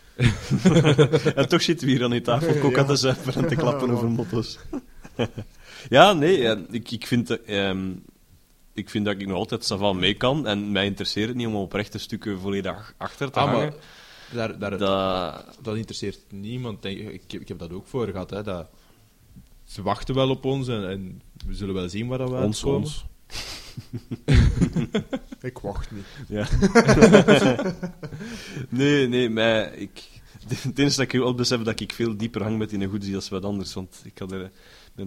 S2: En toch zitten we hier aan die tafel, coca
S3: Ja.
S2: te zuipen en te klappen
S3: Ja,
S2: over
S3: man.
S2: motto's. Ja, nee, ik vind dat ik nog altijd savant mee kan. En mij interesseert het niet om op rechte stukken volledig achter te
S1: hè.
S2: hangen.
S1: Maar
S2: Dat...
S1: dat interesseert niemand. Denk ik. Ik heb dat ook voor gehad. Hè, dat ze wachten wel op ons en we zullen wel zien waar dat we uitkomen.
S2: Ons.
S3: Ik wacht niet.
S2: Ja. nee, maar het enige dat ik al besef dat ik veel dieper hang met die een goedie als wat anders, want ik had er...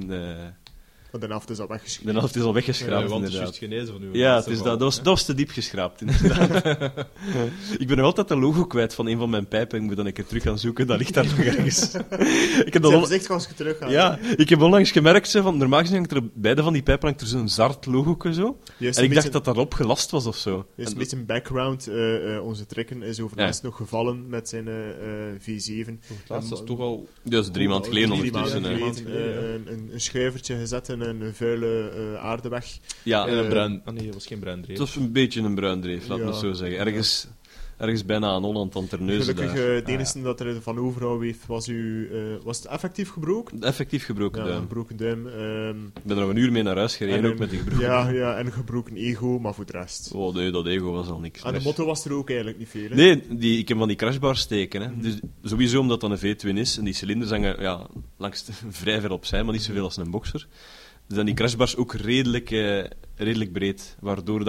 S3: Want de helft is al
S2: De
S3: weggeschreven.
S2: helft is al weggeschraapt,
S1: want het is
S2: inderdaad.
S1: juist genezen van uw
S2: Ja,
S1: laatste
S2: het is
S1: val.
S2: dat was te diep geschraapt, inderdaad. Ik ben nog altijd de logo kwijt van een van mijn pijpen. Ik moet dan een keer terug gaan zoeken. Dat ligt daar nog ergens. Ik heb dat
S3: Dat is echt als je terug gaat.
S2: ja, ik heb onlangs gemerkt, van, normaal gezien hangt er op beide van die pijpen hangt er zo'n zart logo zo.
S3: Juist
S2: En
S3: een
S2: ik dacht
S3: beetje-
S2: dat daarop gelast was of zo.
S3: Juist
S2: En
S3: een beetje een background. Onze trekken is overlast nog gevallen met zijn V7.
S1: Dat is toch al...
S2: dat is 3 maanden geleden
S3: 3 maanden
S2: ondertussen.
S3: geleden, een schuivertje gezet in een vuile aardeweg.
S2: Ja,
S1: een bruin... Ah nee, dat was geen bruin
S2: het was een beetje een bruin dreef, laat me
S3: Ja.
S2: het zo zeggen. Ergens bijna aan Holland, aan Terneuzen
S3: Gelukkig,
S2: daar.
S3: het enige dat er van overhouden heeft, was het effectief gebroken?
S2: Effectief gebroken
S3: Ja,
S2: duim.
S3: een gebroken duim.
S2: Ik ben er nog een uur mee naar huis gereden,
S3: En,
S2: ook met die gebroken
S3: Ja, en een gebroken ego, maar voor de rest.
S2: Oh nee, dat ego was al niks.
S3: Aan de motto was er ook eigenlijk niet veel. Hè?
S2: Nee, ik heb van die crashbars steken. Hè. Dus sowieso omdat dat een V2 is en die cilinders hangen langs vrij ver opzij, maar niet zoveel als een boxer. Dus zijn die crashbars ook redelijk breed, waardoor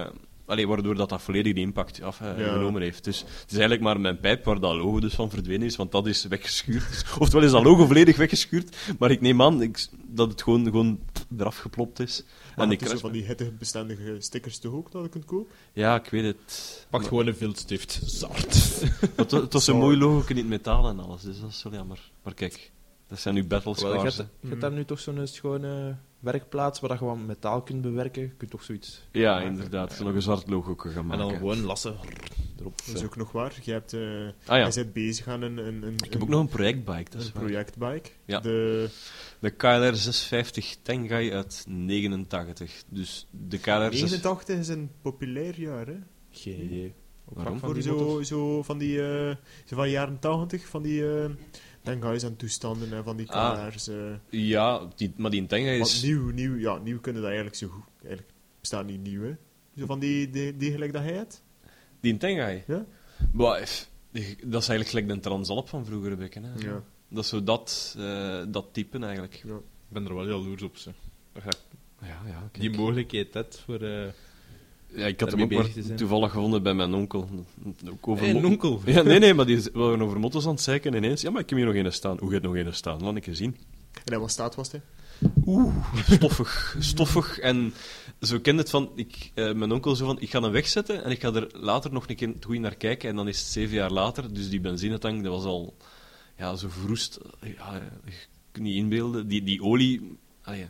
S2: dat volledig de impact genomen heeft. Dus het is eigenlijk maar mijn pijp waar dat logo dus van verdwenen is, want dat is weggeschuurd. Dus, oftewel is dat logo volledig weggeschuurd, maar ik neem aan dat het gewoon eraf geplopt is.
S3: Maar
S2: En die
S3: het is zo
S2: crash-
S3: van die hittebestendige stickers toch ook dat je kunt kopen?
S2: Ja, ik weet het.
S1: Pak gewoon een viltstift. Zart.
S2: Het was een mooi logo in het metaal en alles, dus dat is wel jammer. Maar kijk, dat zijn nu battlescars.
S1: Je hebt daar nu toch zo'n schone werkplaats waar je wat metaal kunt bewerken. Je kunt toch zoiets...
S2: Ja,
S1: maken.
S2: inderdaad. Ze nog een zwart logo gaan
S1: En
S2: maken.
S1: dan gewoon lassen erop.
S3: Dat is ook nog waar. Je hebt,
S2: ja.
S3: je bent bezig aan een
S2: Ik heb ook nog een projectbike, dat is
S3: een
S2: waar.
S3: projectbike.
S2: Ja.
S3: De,
S2: De KLR 650 Tengai uit 89. Dus de KLR 6...
S3: 89 is een populair jaar, hè?
S1: Geen idee.
S2: Waarom?
S1: Van
S3: Voor
S1: die motors.
S3: zo van die zo van jaren 80, van die Tenga's en toestanden en van die
S2: Ah.
S3: KLR's.
S2: Ja, maar die Tengai
S3: Want
S2: is...
S3: nieuw kunnen dat eigenlijk zo goed. Eigenlijk bestaat niet nieuw, hè? Zo van die gelijk dat hij had.
S2: Die Tengai?
S3: Ja?
S2: Maar, dat is eigenlijk gelijk de Transalp van vroeger, een beetje, hè.
S3: Ja.
S2: Dat is zo dat type, eigenlijk.
S1: Ik ben er wel jaloers op, ze. Dat ga ik
S2: Ja,
S1: die mogelijkheid hebt voor...
S2: Ja, ik had hem
S1: daarmee
S2: ook maar
S1: bezig te zijn.
S2: toevallig gevonden bij mijn onkel. Ook over
S1: Hey, een onkel.
S2: Ja, nee, maar die waren over motto's aan het zeiken ineens. Ja, maar ik heb hier nog een staan. Hoe gaat nog een staan? Laat ik eens zien.
S3: En in wat staat was hij?
S2: Stoffig. En zo kende het van... mijn onkel zo van, ik ga hem wegzetten en ik ga er later nog een keer goed naar kijken. En dan is het 7 jaar later. Dus die benzinetank, dat was al zo verroest. Ja, je kunt niet inbeelden. Die olie...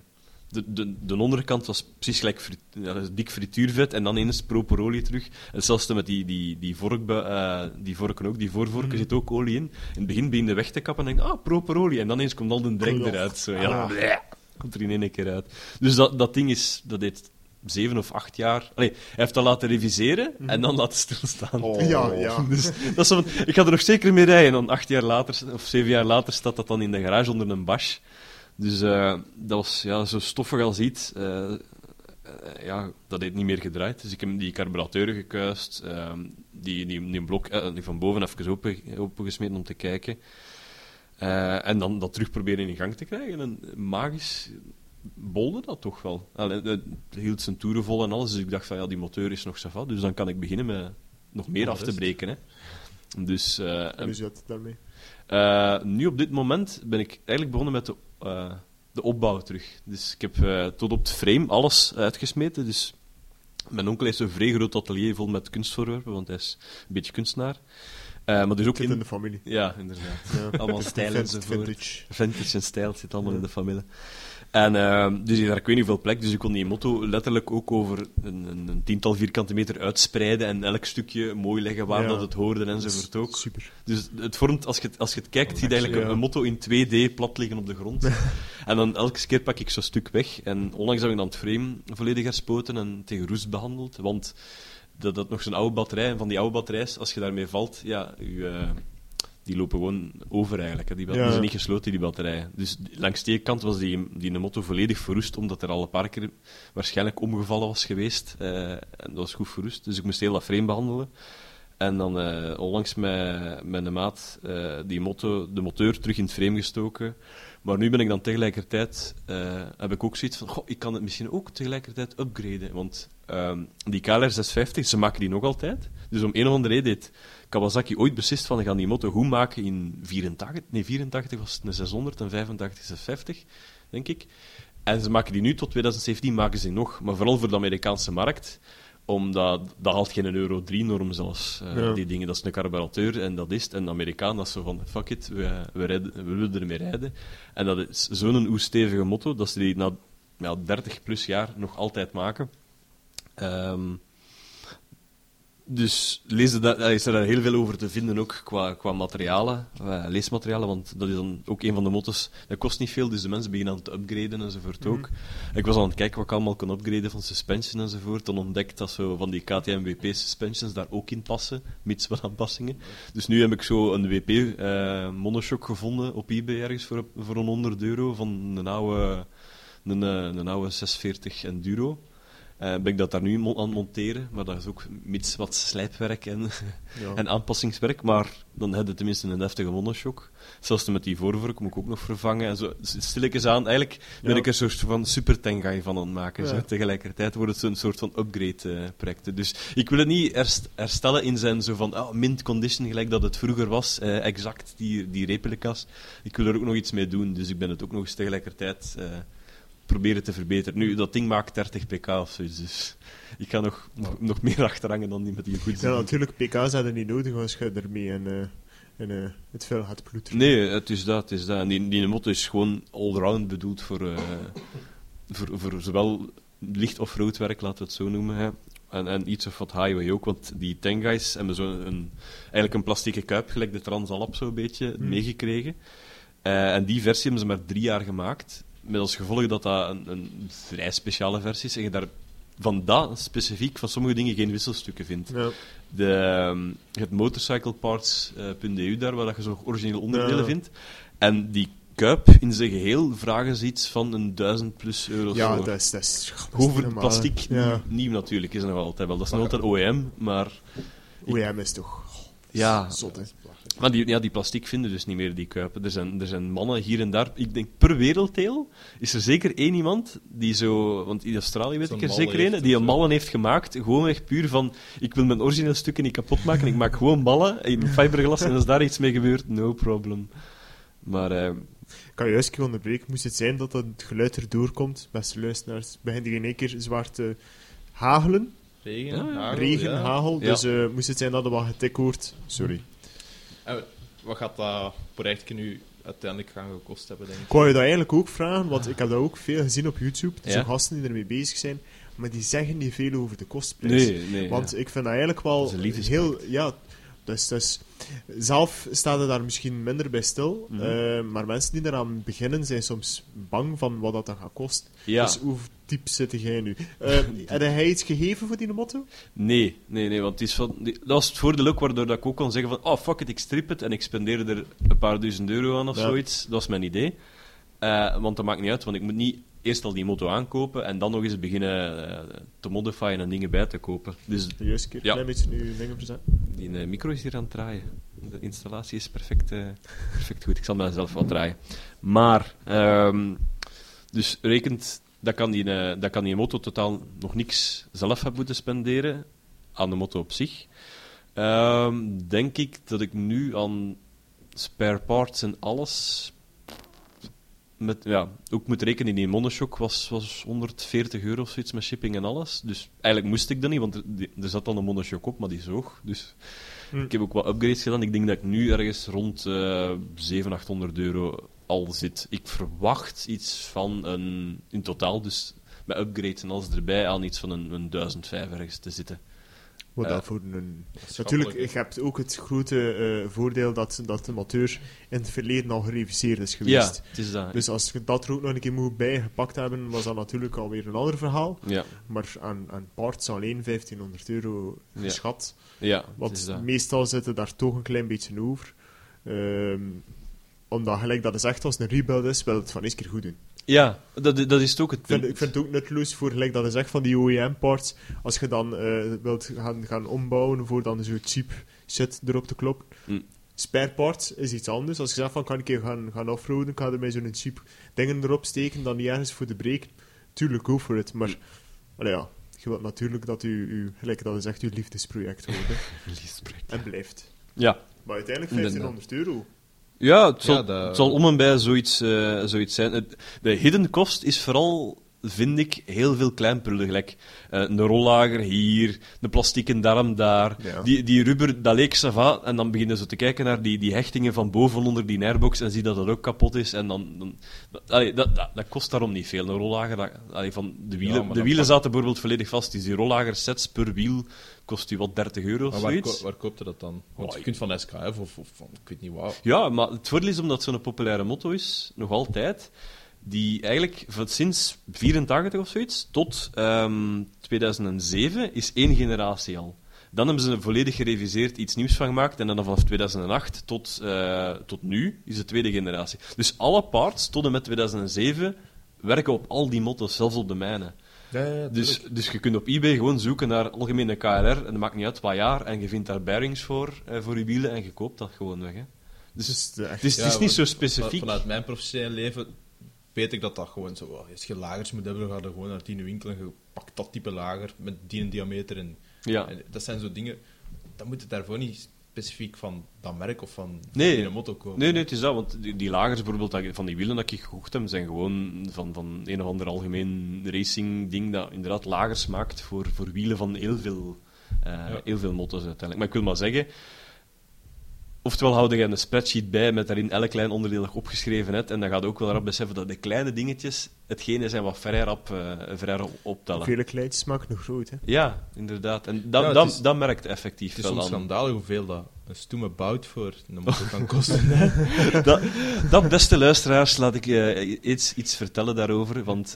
S2: De onderkant was precies gelijk dik frituurvet en dan eens proper olie terug. Hetzelfde met die vorken ook. Die voorvorken zit ook olie in. In het begin begin je weg te kappen en denk proper olie. En dan eens komt al de drek eruit. Zo, ja, komt er in één keer uit. Dus dat ding is... Dat deed 7 of 8 jaar... Allee, hij heeft dat laten reviseren en dan laten stilstaan.
S3: Ja.
S2: Dus, dat is zo van, ik ga er nog zeker mee rijden. En dan 8 jaar later, of 7 jaar later, staat dat dan in de garage onder een Bosch. Dus dat was zo stoffig als iets. Dat heeft niet meer gedraaid. Dus ik heb die carburateuren gekuist. Die blok van boven even opengesmeten om te kijken. En dan dat terug proberen in gang te krijgen. En magisch bolde dat toch wel. Het hield zijn toeren vol en alles. Dus ik dacht van, die motor is nog sava. Dus dan kan ik beginnen met nog meer af te breken. Hè. Dus...
S3: En hoe zit het daarmee?
S2: Nu op dit moment ben ik eigenlijk begonnen met de opbouw terug. Dus ik heb tot op het frame alles uitgesmeten. Dus mijn onkel heeft een vrij groot atelier vol met kunstvoorwerpen, want hij is een beetje kunstenaar. Maar dus ook
S3: Zit in de familie.
S2: Ja, inderdaad.
S3: Ja.
S2: Allemaal stijlen enzovoort.
S3: Vintage.
S2: Vintage en stijl zit allemaal in de familie. En dus daar ik weet niet hoeveel plek, dus ik kon die motto letterlijk ook over een 10-tal vierkante meter uitspreiden en elk stukje mooi leggen waar
S3: Ja.
S2: dat het hoorde enzovoort ook.
S3: Super.
S2: Dus het vormt, als je het kijkt, zie je eigenlijk
S3: Ja.
S2: een motto in 2D plat liggen op de grond. En dan elke keer pak ik zo'n stuk weg. En onlangs heb ik dan het frame volledig herspoten en tegen roest behandeld. Want dat nog zo'n oude batterij, en van die oude batterijs, als je daarmee valt, die lopen gewoon over eigenlijk. Hè. Die zijn niet gesloten, die batterijen. Dus langs die kant was die motto volledig verroest, omdat er al een paar keer waarschijnlijk omgevallen was geweest. En dat was goed verroest. Dus ik moest heel dat frame behandelen. En dan onlangs met een maat de moteur terug in het frame gestoken. Maar nu ben ik dan tegelijkertijd, heb ik ook zoiets van, ik kan het misschien ook tegelijkertijd upgraden. Want die KLR 650, ze maken die nog altijd. Dus om een of andere reden heeft Kawasaki ooit beslist van, we gaan die motor goed maken in 84 was het een 600 en 85 650, denk ik. En ze maken die nu, tot 2017 maken ze die nog. Maar vooral voor de Amerikaanse markt, omdat dat haalt geen Euro 3-norm zelfs. Die dingen, dat is een carburateur en dat is het. En de Amerikaan, dat is zo van, fuck it, we willen ermee rijden. En dat is zo'n oestevige motto, dat ze die na 30 plus jaar nog altijd maken. Dus is er heel veel over te vinden, ook qua materialen, leesmaterialen, want dat is dan ook een van de motto's. Dat kost niet veel, dus de mensen beginnen aan het upgraden enzovoort ook. Ik was aan het kijken wat ik allemaal kon upgraden van suspension enzovoort, dan ontdekt dat zo van die KTM-WP suspensions daar ook in passen, mits wat aanpassingen. Dus nu heb ik zo een WP monoshock gevonden op eBay ergens voor €100 van een oude 640 Enduro. Ben ik dat daar nu aan het monteren, maar dat is ook mits wat slijpwerk en aanpassingswerk, maar dan heb je tenminste een heftige monoshock. Zelfs met die voorvork moet ik ook nog vervangen. En zo stilletjes aan, eigenlijk ben ik een soort van super Tengai van aan het maken. Ja. Zo. Tegelijkertijd wordt het zo'n soort van upgrade-projecten. Dus ik wil het niet herstellen in zijn zo van mint condition, gelijk dat het vroeger was, exact, die replicas. Ik wil er ook nog iets mee doen, dus ik ben het ook nog eens tegelijkertijd proberen te verbeteren. Nu, dat ding maakt 30 pk of zoiets, dus ik ga nog meer achterhangen dan die met die goed.
S3: Ja, natuurlijk, pk's hadden niet nodig als je ermee en het vuil gaat ploeteren.
S2: Nee, het is dat. En die motto is gewoon allround bedoeld voor zowel licht of roadwerk, laten we het zo noemen. Hè. En iets of wat highway ook, want die Tengais hebben eigenlijk een plastieke kuip, gelijk de Transalp zo'n beetje, meegekregen. En die versie hebben ze maar 3 jaar gemaakt. Met als gevolg dat een vrij speciale versie is. En je daar specifiek van sommige dingen geen wisselstukken vindt. Ja. Het motorcycleparts.eu daar, waar je zo originele onderdelen vindt. En die kuip in zijn geheel vragen ze iets van €1.000+
S3: Ja,
S2: voor.
S3: dat is
S2: over plastic nieuw natuurlijk is nog altijd wel. Dat is nog altijd OEM, maar...
S3: OEM is toch... Zot, hè.
S2: Maar die plastic vinden dus niet meer, die kuipen. Er zijn mannen hier en daar... Ik denk, per werelddeel is er zeker één iemand die zo... Want in Australië weet ik er zeker één, die een mallen heeft gemaakt. Gewoon echt puur van... Ik wil mijn originele stukken niet kapot maken. Ik maak gewoon ballen in fiberglas en als daar iets mee gebeurt, no problem. Maar...
S3: Ik kan je juist onderbreken. Moest het zijn dat het geluid erdoor komt, beste luisteraars, begint hij in één keer zwaar te hagelen. Regen, hagel.
S2: Ja.
S3: Dus moest het zijn dat er wat getik hoort. Sorry.
S4: Wat gaat dat project nu uiteindelijk gaan gekost hebben, denk ik?
S3: Ik wou je dat eigenlijk ook vragen, want ik heb dat ook veel gezien op YouTube. Er zijn gasten die ermee bezig zijn, maar die zeggen niet veel over de kostprijs.
S2: Nee,
S3: want ik vind dat eigenlijk wel heel... Ja, dus zelf staat er daar misschien minder bij stil, maar mensen die eraan beginnen zijn soms bang van wat dat dan gaat kosten.
S2: Ja.
S3: Dus hoe diep zit jij nu? Heb jij iets gegeven voor die motto?
S2: Nee, want het is dat was het voordeel ook, waardoor dat ik ook kon zeggen van fuck it, ik strip het en ik spendeer er een paar €1000 aan of zoiets. Dat was mijn idee. Want dat maakt niet uit, want ik moet niet eerst al die motto aankopen en dan nog eens beginnen te modifieren en dingen bij te kopen. Dus,
S3: de juiste keer, klein beetje nu dingen verzetten.
S2: Die micro is hier aan het draaien. De installatie is perfect goed. Ik zal mezelf wel draaien. Maar, dus rekent, dat kan die motto totaal nog niks zelf hebben moeten spenderen aan de motto op zich. Denk ik dat ik nu aan spare parts en alles... ook moet rekenen, die monoshock was €140 of zoiets met shipping en alles. Dus eigenlijk moest ik dat niet, want er zat dan een monoshock op, maar die zoog. Dus ik heb ook wat upgrades gedaan. Ik denk dat ik nu ergens rond €700-800 al zit. Ik verwacht iets van in totaal, dus met upgrades en alles erbij, aan iets van een 1.500 ergens te zitten.
S3: Wat dat voor een... Natuurlijk, je hebt ook het grote voordeel dat de moteur in het verleden al gereviseerd is geweest.
S2: Ja, het is dat.
S3: Dus als je dat er ook nog een keer moet bijgepakt hebben, was dat natuurlijk alweer een ander verhaal.
S2: Ja.
S3: Maar aan parts alleen €1.500 geschat.
S2: Ja,
S3: want meestal zitten daar toch een klein beetje over. omdat gelijk dat is echt als een rebuild is, wil het van eens keer goed doen.
S2: Ja, dat is het ook het
S3: Ik
S2: punt.
S3: vind het ook nutteloos voor, gelijk dat is echt van die OEM-parts, als je dan wilt gaan ombouwen voor dan zo cheap shit erop te kloppen.
S2: Mm.
S3: Spare parts is iets anders. Als je zegt van, kan ik een keer gaan offroaden, kan er mij zo'n cheap dingen erop steken, dan niet ergens voor de breken. Tuurlijk, go for it. Maar, allee, ja, je wilt natuurlijk dat gelijk dat is echt uw liefdesproject wordt. Hè. En blijft.
S2: Ja.
S3: Maar uiteindelijk €1500.
S2: Ja, het
S4: dat-
S2: zal om en bij zoiets zijn. De hidden cost is vooral, vind ik, heel veel kleinprullen. Gelijk een rollager hier, een plastieke darm daar.
S3: Ja.
S2: Die rubber, dat leek ça va. En dan beginnen ze te kijken naar die hechtingen van boven onder die airbox en zie dat dat ook kapot is. En dat kost daarom niet veel. Een rollager, van de wielen,
S4: maar
S2: de
S4: dan
S2: wielen
S4: pak-
S2: zaten bijvoorbeeld volledig vast. Dus die rollager sets per wiel kost u wat €30 of
S4: Maar waar,
S2: zoiets.
S4: waar koopt je dat dan? Want
S2: Oh,
S4: je kunt van SKF of van, ik weet niet wat.
S2: Ja, maar het voordeel is, omdat het zo'n populaire motto is, nog altijd, die eigenlijk sinds 84 of zoiets tot 2007 is 1 generatie al. Dan hebben ze volledig gereviseerd, iets nieuws van gemaakt, en dan vanaf 2008 tot nu is de 2e generatie. Dus alle parts tot en met 2007 werken op al die motto's, zelfs op de mijne. Dus je kunt op eBay gewoon zoeken naar algemene KLR, en dat maakt niet uit wat jaar, en je vindt daar bearings voor je wielen, en je koopt dat gewoon weg. Hè. Dus het is niet zo specifiek.
S4: Vanuit mijn professionele leven weet ik dat gewoon zo is. Als je lagers moet hebben, dan ga je gewoon naar die winkel en je pakt dat type lager met die diameter. En dat zijn zo dingen, dan moet het daarvoor niet specifiek van dat merk of van die motto kopen.
S2: Nee, het is dat, want die lagers bijvoorbeeld, van die wielen dat ik gekocht heb, zijn gewoon van een of ander algemeen racing ding dat inderdaad lagers maakt voor wielen van heel veel motto's uiteindelijk. Maar ik wil maar zeggen, oftewel houd je een spreadsheet bij met daarin elk klein onderdeel dat je opgeschreven hebt, en dan gaat je ook wel rap beseffen dat de kleine dingetjes hetgene zijn wat vrij rap optellen.
S3: Vele kleintjes maken nog groot, hè.
S2: Ja, inderdaad. En dat merkt effectief
S4: Het is
S2: wel
S4: soms
S2: aan.
S4: schandalig hoeveel dat een stoeme bout voor een motto kan kosten.
S2: Dat, beste luisteraars, laat ik iets vertellen daarover. Want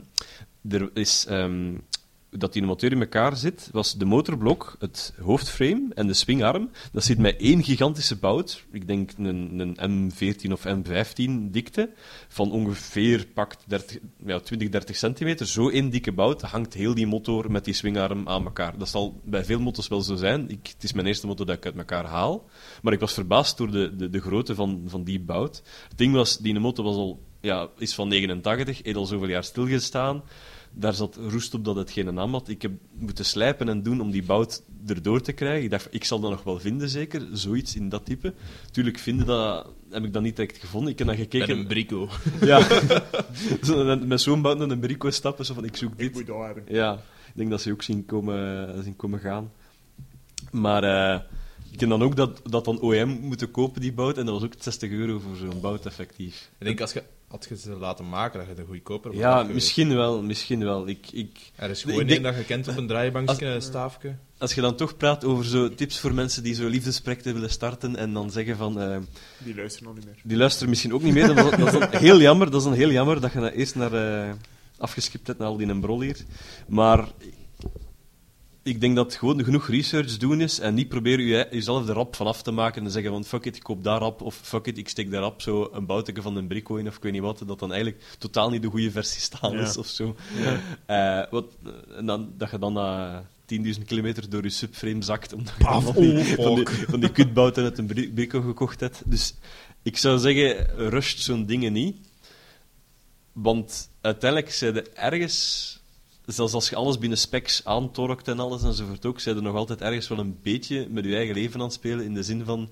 S2: er is... dat die motor in elkaar zit, was de motorblok, het hoofdframe en de swingarm. Dat zit met 1 gigantische bout, ik denk een M14 of M15 dikte, van ongeveer pakt 20-30 centimeter. Zo 1 dikke bout hangt heel die motor met die swingarm aan elkaar. Dat zal bij veel motors wel zo zijn. Het is mijn eerste motor dat ik uit elkaar haal. Maar ik was verbaasd door de grootte van die bout. Het ding was, die motor was al, is van 89, heeft al zoveel jaar stilgestaan. Daar zat roest op dat het geen naam had. Ik heb moeten slijpen en doen om die bout erdoor te krijgen. Ik dacht, ik zal dat nog wel vinden, zeker. Zoiets in dat type. Tuurlijk, heb ik dat niet direct gevonden. Ik heb dan gekeken...
S4: Met een brico.
S2: Ja. Met zo'n bout naar een brico stappen, zo van, ik zoek dit.
S3: Ik moet dat hebben.
S2: Ja, ik denk dat ze ook zien komen gaan. Maar ik heb dan ook dat dan OEM moeten kopen, die bout. En dat was ook €60 voor zo'n bout, effectief.
S4: Ik denk, had je ze laten maken, dat je de goedkoper was
S2: Ja,
S4: afgewezen.
S2: misschien wel.
S4: Er is gewoon één dat je kent op een draaibankje, een staafje.
S2: Als je dan toch praat over zo tips voor mensen die zo liefdesprojecten willen starten en dan zeggen van...
S3: Die luisteren al niet meer.
S2: die luisteren misschien ook niet meer. Dat is dan heel jammer. Dat is dan heel jammer dat je dat eerst afgeskipt hebt naar al die brol hier. Maar ik denk dat het gewoon genoeg research doen is en niet proberen jezelf er rap van af te maken en zeggen van fuck it, ik koop daar rap, of fuck it, ik steek daar rap zo een boutje van een brico in, of ik weet niet wat, dat dan eigenlijk totaal niet de goede versie staan is, of zo. Ja. En dan, dat je dan na 10.000 kilometer door je subframe zakt, omdat je van die kutbouten uit een brico gekocht hebt. Dus ik zou zeggen, rusht zo'n dingen niet. Want uiteindelijk zijn er ergens... Zelfs als je alles binnen specs aantorkt en alles enzovoort ook, zijn er nog altijd ergens wel een beetje met je eigen leven aan het spelen, in de zin van...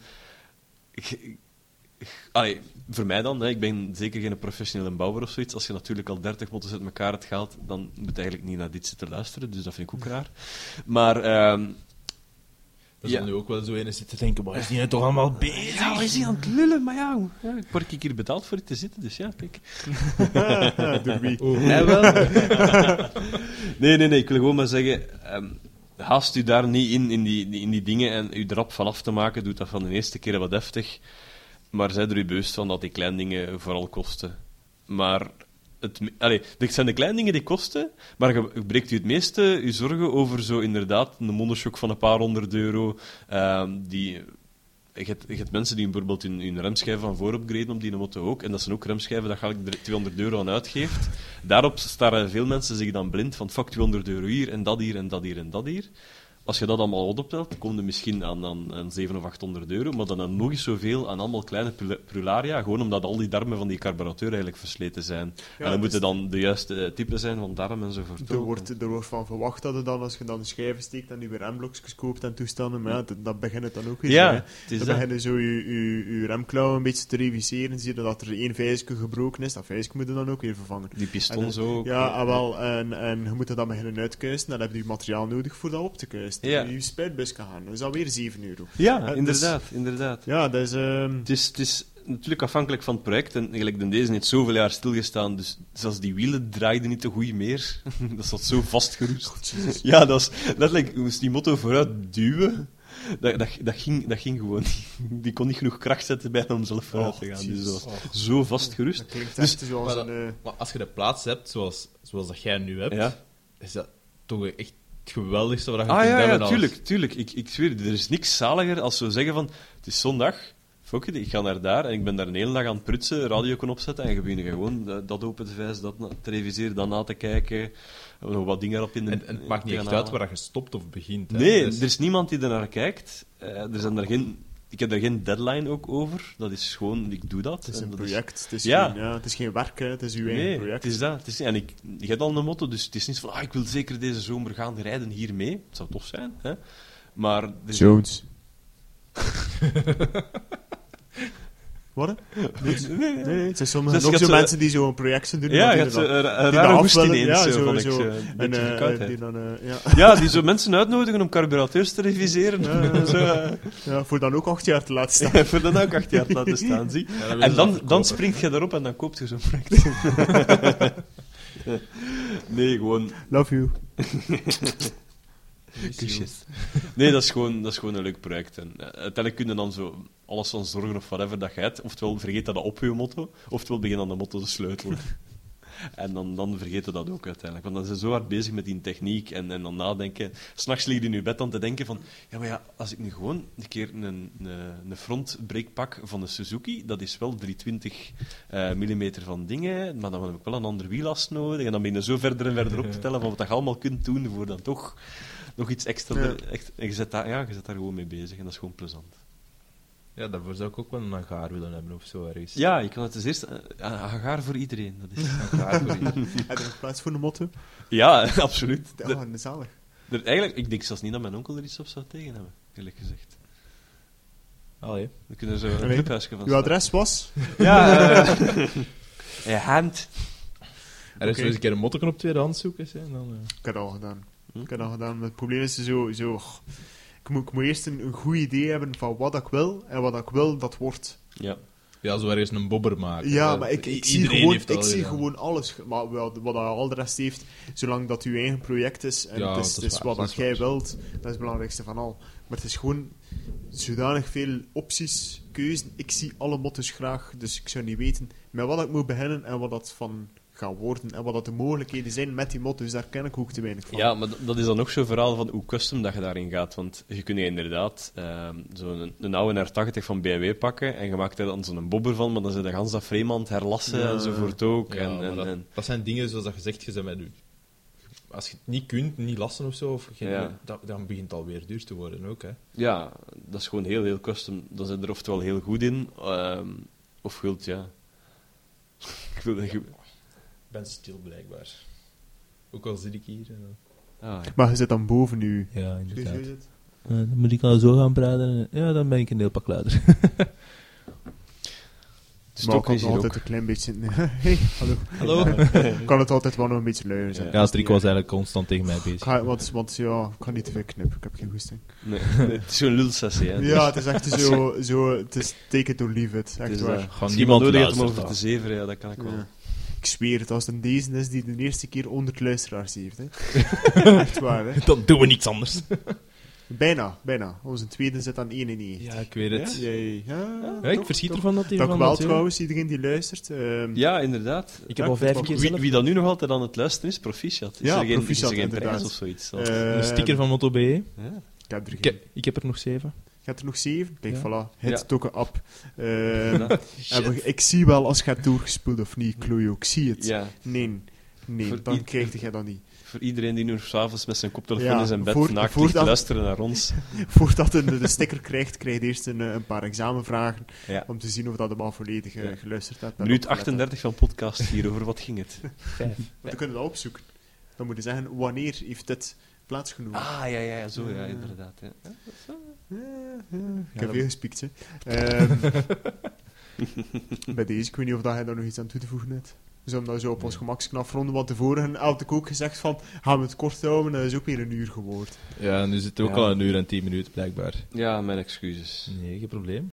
S2: voor mij dan, ik ben zeker geen professionele bouwer of zoiets. Als je natuurlijk al 30 motors uit elkaar hebt gehaald, dan moet je eigenlijk niet naar dit zitten luisteren, dus dat vind ik ook raar. Maar...
S4: Er zal nu ook wel zo in zitten denken, maar is die nou toch allemaal bezig?
S2: Ja, is hij aan het lullen? Maar ja, ik word hier betaald voor te zitten, dus ja, kijk.
S3: Door wie?
S2: Nee, ik wil gewoon maar zeggen, haast u daar niet in die dingen en u erop van af te maken, doet dat van de eerste keer wat heftig, maar zij er u bewust van dat die kleine dingen vooral kosten. Maar... dit zijn de kleine dingen die kosten, maar je breekt u het meeste je zorgen over zo inderdaad een monorshock van een paar €100, die Je hebt mensen die bijvoorbeeld hun remschijven van voor upgraden op die moto ook. En dat zijn ook remschijven dat je €200 aan uitgeeft. Daarop staren veel mensen zich dan blind van fuck, €200 hier en dat hier en dat hier en dat hier. Als je dat allemaal optelt, kom je misschien aan €700 of €800, maar dan nog eens zoveel aan allemaal kleine prularia, gewoon omdat al die darmen van die carburateur eigenlijk versleten zijn.
S3: Ja,
S2: en dan moeten dan de juiste type zijn van darm enzovoort.
S3: Er wordt van verwacht dat het dan, als je dan de schijven steekt en die weer remblokjes koopt en toestanden, maar ja, dat begint het dan ook weer.
S2: Ja,
S3: hè.
S2: het is
S3: Dan
S2: dat.
S3: beginnen zo je remklauwen een beetje te reviseren, zie je dat er 1 vijsje gebroken is, dat vijsje moet je dan ook weer vervangen.
S2: Die piston zo.
S3: Ja, en je moet dat dan beginnen uitkuisen, dan heb je materiaal nodig voor dat op te kuisen.
S2: Ja.
S3: Je spuitbus kan gaan, dat is alweer €7.
S2: Ja,
S3: dus-
S2: inderdaad.
S3: Ja, dat is...
S2: Het is natuurlijk afhankelijk van het project. En eigenlijk deze heeft zoveel jaar stilgestaan, dus zelfs die wielen draaiden niet te goed meer. Dat zat zo vastgerust. Ja, dat is letterlijk, je moest die motor vooruit duwen. Dat ging gewoon niet. Die kon niet genoeg kracht zetten bij om zelf vooruit te gaan. Dus dat was zo vastgerust.
S3: Dat klinkt
S2: Dus-
S3: echt zoals
S4: Maar,
S3: een...
S4: maar als je de plaats hebt, zoals dat jij nu hebt,
S2: Ja.
S4: is dat toch echt het geweldigste wat je
S2: Ah
S4: kunt
S2: ja,
S4: hebben.
S2: tuurlijk. Ik zweer, er is niks zaliger als zo zeggen van, het is zondag, fuck it, ik ga naar daar en ik ben daar een hele dag aan het prutsen, radio kan opzetten en je begint gewoon dat open te vijzen, dat te reviseren, dat na te kijken, nog wat dingen erop in de...
S4: En het maakt niet
S2: te
S4: echt
S2: gaan
S4: uit
S2: halen.
S4: waar je stopt of begint. Hè.
S2: Nee,
S4: Dus-
S2: er is niemand die er naar kijkt. Ik heb er geen deadline ook over. Dat is gewoon, ik doe dat.
S3: Het is
S2: En
S3: een
S2: dat
S3: project, het is,
S2: Ja.
S3: het is geen werk, hè. Het is uw eigen
S2: Nee,
S3: project.
S2: het is dat. Het is, en ik heb al een motto, dus het is niet van, ik wil zeker deze zomer gaan rijden hiermee. Het zou tof zijn, hè. Maar... er is-
S3: Jones. Wat?
S2: Nee.
S3: Nee, het zijn sommige
S2: Dus
S3: nog
S2: je
S3: zo
S2: hebt zo-
S3: mensen die zo'n projecten doen.
S2: Ja,
S3: maar
S2: je
S3: die
S2: hebt
S3: dan-
S2: een
S3: die
S2: rare
S3: dan
S2: hoest
S3: afwellen,
S2: ineens,
S3: ja,
S2: zo, van
S3: zo.
S2: een
S3: En,
S2: beetje verkoudheid.
S3: die dan, ja.
S2: Ja, die zo mensen uitnodigen om carburateurs te reviseren.
S3: Ja.
S2: Zo,
S3: Ja, voor dan ook 8 jaar te laten staan.
S2: voor dan ook 8 jaar te laten staan, zie.
S4: Ja, dan
S2: En
S4: willen ze
S2: dan
S4: dat
S2: springt je erop en dan koopt je zo'n project. Nee, gewoon...
S3: Love you.
S2: Kusjes. Nee, dat is gewoon een leuk project. En uiteindelijk kun je dan zo alles van zorgen of whatever dat je hebt. Oftewel vergeet dat op je motto, oftewel begin aan de motto te sleutelen. En dan vergeet je dat ook uiteindelijk. Want dan zijn ze zo hard bezig met die techniek en dan nadenken. 's Nachts lig je in je bed aan te denken van... Ja, maar ja, als ik nu gewoon een keer een frontbrake pak van de Suzuki, dat is wel 320 millimeter van dingen, maar dan heb ik wel een ander wielas nodig. En dan ben je zo verder en verder op te tellen van wat je allemaal kunt doen voor dan toch nog iets extra...
S3: Ja.
S2: En je zit daar gewoon mee bezig en dat is gewoon plezant.
S4: Ja, daarvoor zou ik ook wel een hangaar willen hebben of zo ergens.
S2: Ja, ik kan het dus eerst... Hangaar voor iedereen. Dat is...
S4: Hangaar voor iedereen.
S3: Heb je nog plaats voor een motto?
S2: Ja, absoluut.
S3: Ja, dat is zalig.
S2: Eigenlijk, ik denk zelfs niet dat mijn onkel er iets op zou tegen hebben, eerlijk gezegd.
S4: Allee.
S2: We kunnen zo een
S3: Allee.
S2: clubhuisje van
S3: Uw
S2: starten.
S3: adres was?
S2: Ja, hand.
S4: Er is
S3: Oké.
S4: wel eens een keer een motto op tweedehands zoeken. Hè, en dan,
S3: Ik heb dat al gedaan.
S2: Hm?
S3: Ik heb dat gedaan. Maar het probleem is zo... Ik moet eerst een goed idee hebben van wat ik wil, en wat ik wil, dat wordt.
S2: Ja.
S4: ja, zo ergens een bobber maken.
S3: Ja,
S4: Dat-
S3: maar ik zie
S4: iedereen
S3: gewoon,
S4: heeft dat
S3: ik
S4: al
S3: zie
S4: gedaan.
S3: gewoon alles. Maar wat al de rest heeft, zolang dat uw eigen project is, en
S4: Ja,
S3: het
S4: dat
S3: is,
S4: is
S3: het is
S4: waar,
S3: wat
S4: dat
S3: dat
S4: is
S3: jij
S4: waar.
S3: wilt, dat is het belangrijkste van al. Maar het is gewoon zodanig veel opties, keuzen. Ik zie alle motto's graag, dus ik zou niet weten met wat ik moet beginnen en wat dat van gaat worden en wat dat de mogelijkheden zijn met die motto's. Daar ken ik ook te weinig van.
S2: Ja, maar dat is dan ook zo'n verhaal van hoe custom dat je daarin gaat. Want je kunt je inderdaad zo'n oude R80 van BMW pakken en je maakt er dan zo'n bobber van, maar dan zit de gans dat frame aan het herlassen
S3: Ja.
S2: enzovoort ook.
S4: Ja,
S2: en,
S4: maar dat zijn dingen zoals dat je zegt, je bent met je... Als je het niet kunt, niet lassen of zo, of
S2: Ja.
S4: dan begint het alweer duur te worden ook. Hè.
S2: ja, dat is gewoon heel, heel custom. Dan zit er oftewel heel goed in, of wilt, ja... Ik wil...
S4: Ik ben stil, blijkbaar. Ook al zit ik hier.
S2: ja.
S3: Maar je zit dan boven u.
S4: Ja,
S3: Dus
S4: inderdaad.
S3: je zit-
S4: Dan moet ik al zo gaan praten. Ja, dan ben ik een heel pak luider.
S2: Dus
S3: Maar ik
S2: toch
S3: kan
S2: is
S3: het
S2: hier
S3: altijd
S2: ook...
S3: een klein beetje... Hey, hallo.
S4: Hallo.
S3: Ik kan het altijd wel nog een beetje luier zijn.
S4: Ja, Strik was eigenlijk constant tegen mij bezig.
S3: Want ja, ik kan niet te veel knippen. Ik heb geen goesting.
S2: Nee, het is zo'n lulsessie, hè.
S3: Ja, het is echt zo het is take it or leave it. Echt waar.
S4: Gewoon
S2: Als
S4: niemand
S2: iemand nodig heeft om
S4: luistert
S2: over te zeveren, ja, dat kan ik wel.
S3: Ja. Ik zweer het, als het een deze is die de eerste keer 100 luisteraars heeft. Hè. Echt waar, hè.
S4: Dan doen we niets anders.
S3: Bijna. Onze tweede zit aan 1 en 1.
S4: Ja, ik weet het.
S3: Ja,
S4: Ik verschiet ervan dat hij
S3: Dank
S4: van
S3: wel
S4: dat,
S3: trouwens, iedereen die luistert.
S2: Ja, inderdaad.
S4: Ik heb al 5 keer zelf
S2: Wie dat nu nog altijd aan het luisteren is, proficiat. Is
S3: Ja,
S2: er geen,
S3: proficiat,
S2: is er geen
S3: inderdaad.
S2: prijs of zoiets?
S3: Eh,
S4: een sticker van MotoBE.
S3: Ik heb er
S4: Ik heb er nog 7.
S3: Je hebt er nog 7. Kijk,
S1: Ja.
S3: voilà. Het
S2: Ja.
S3: token up.
S2: Ja.
S3: Ik zie wel als je hebt doorgespeeld of niet, Klojo. Ik zie het.
S2: Ja,
S3: Nee,
S2: Voor
S3: dan
S2: ieder-
S3: krijg je dat niet.
S2: voor iedereen die nu s'avonds met zijn koptelefoon
S3: Ja,
S2: in zijn bed
S3: voor-
S2: naakt
S3: voordat-
S2: ligt te luisteren naar ons.
S3: Voordat je de sticker krijgt, krijg je eerst een paar examenvragen
S2: Ja.
S3: om te zien of dat hem al volledig
S2: Ja.
S3: geluisterd hebt.
S2: Minuut 38 van podcast hier, over wat ging het?
S3: Want dan kunnen we dat opzoeken. Dan moet je zeggen, wanneer heeft dit plaatsgenomen?
S2: Ah, ja, zo, ja, inderdaad. Ja.
S3: Ik heb veel gespiekt, hè. Bij deze, ik weet niet of dat hij daar nog iets aan toe te voegen hebt. We zullen dat zo op ons gemaksknap afronden, want de vorige had ik ook gezegd van, gaan we het kort houden, en dat is ook weer 1 uur geworden.
S1: Ja, nu zit het ook
S2: Ja.
S1: al 1 uur en 10 minuten blijkbaar.
S2: Ja, mijn excuses.
S1: Nee, geen probleem.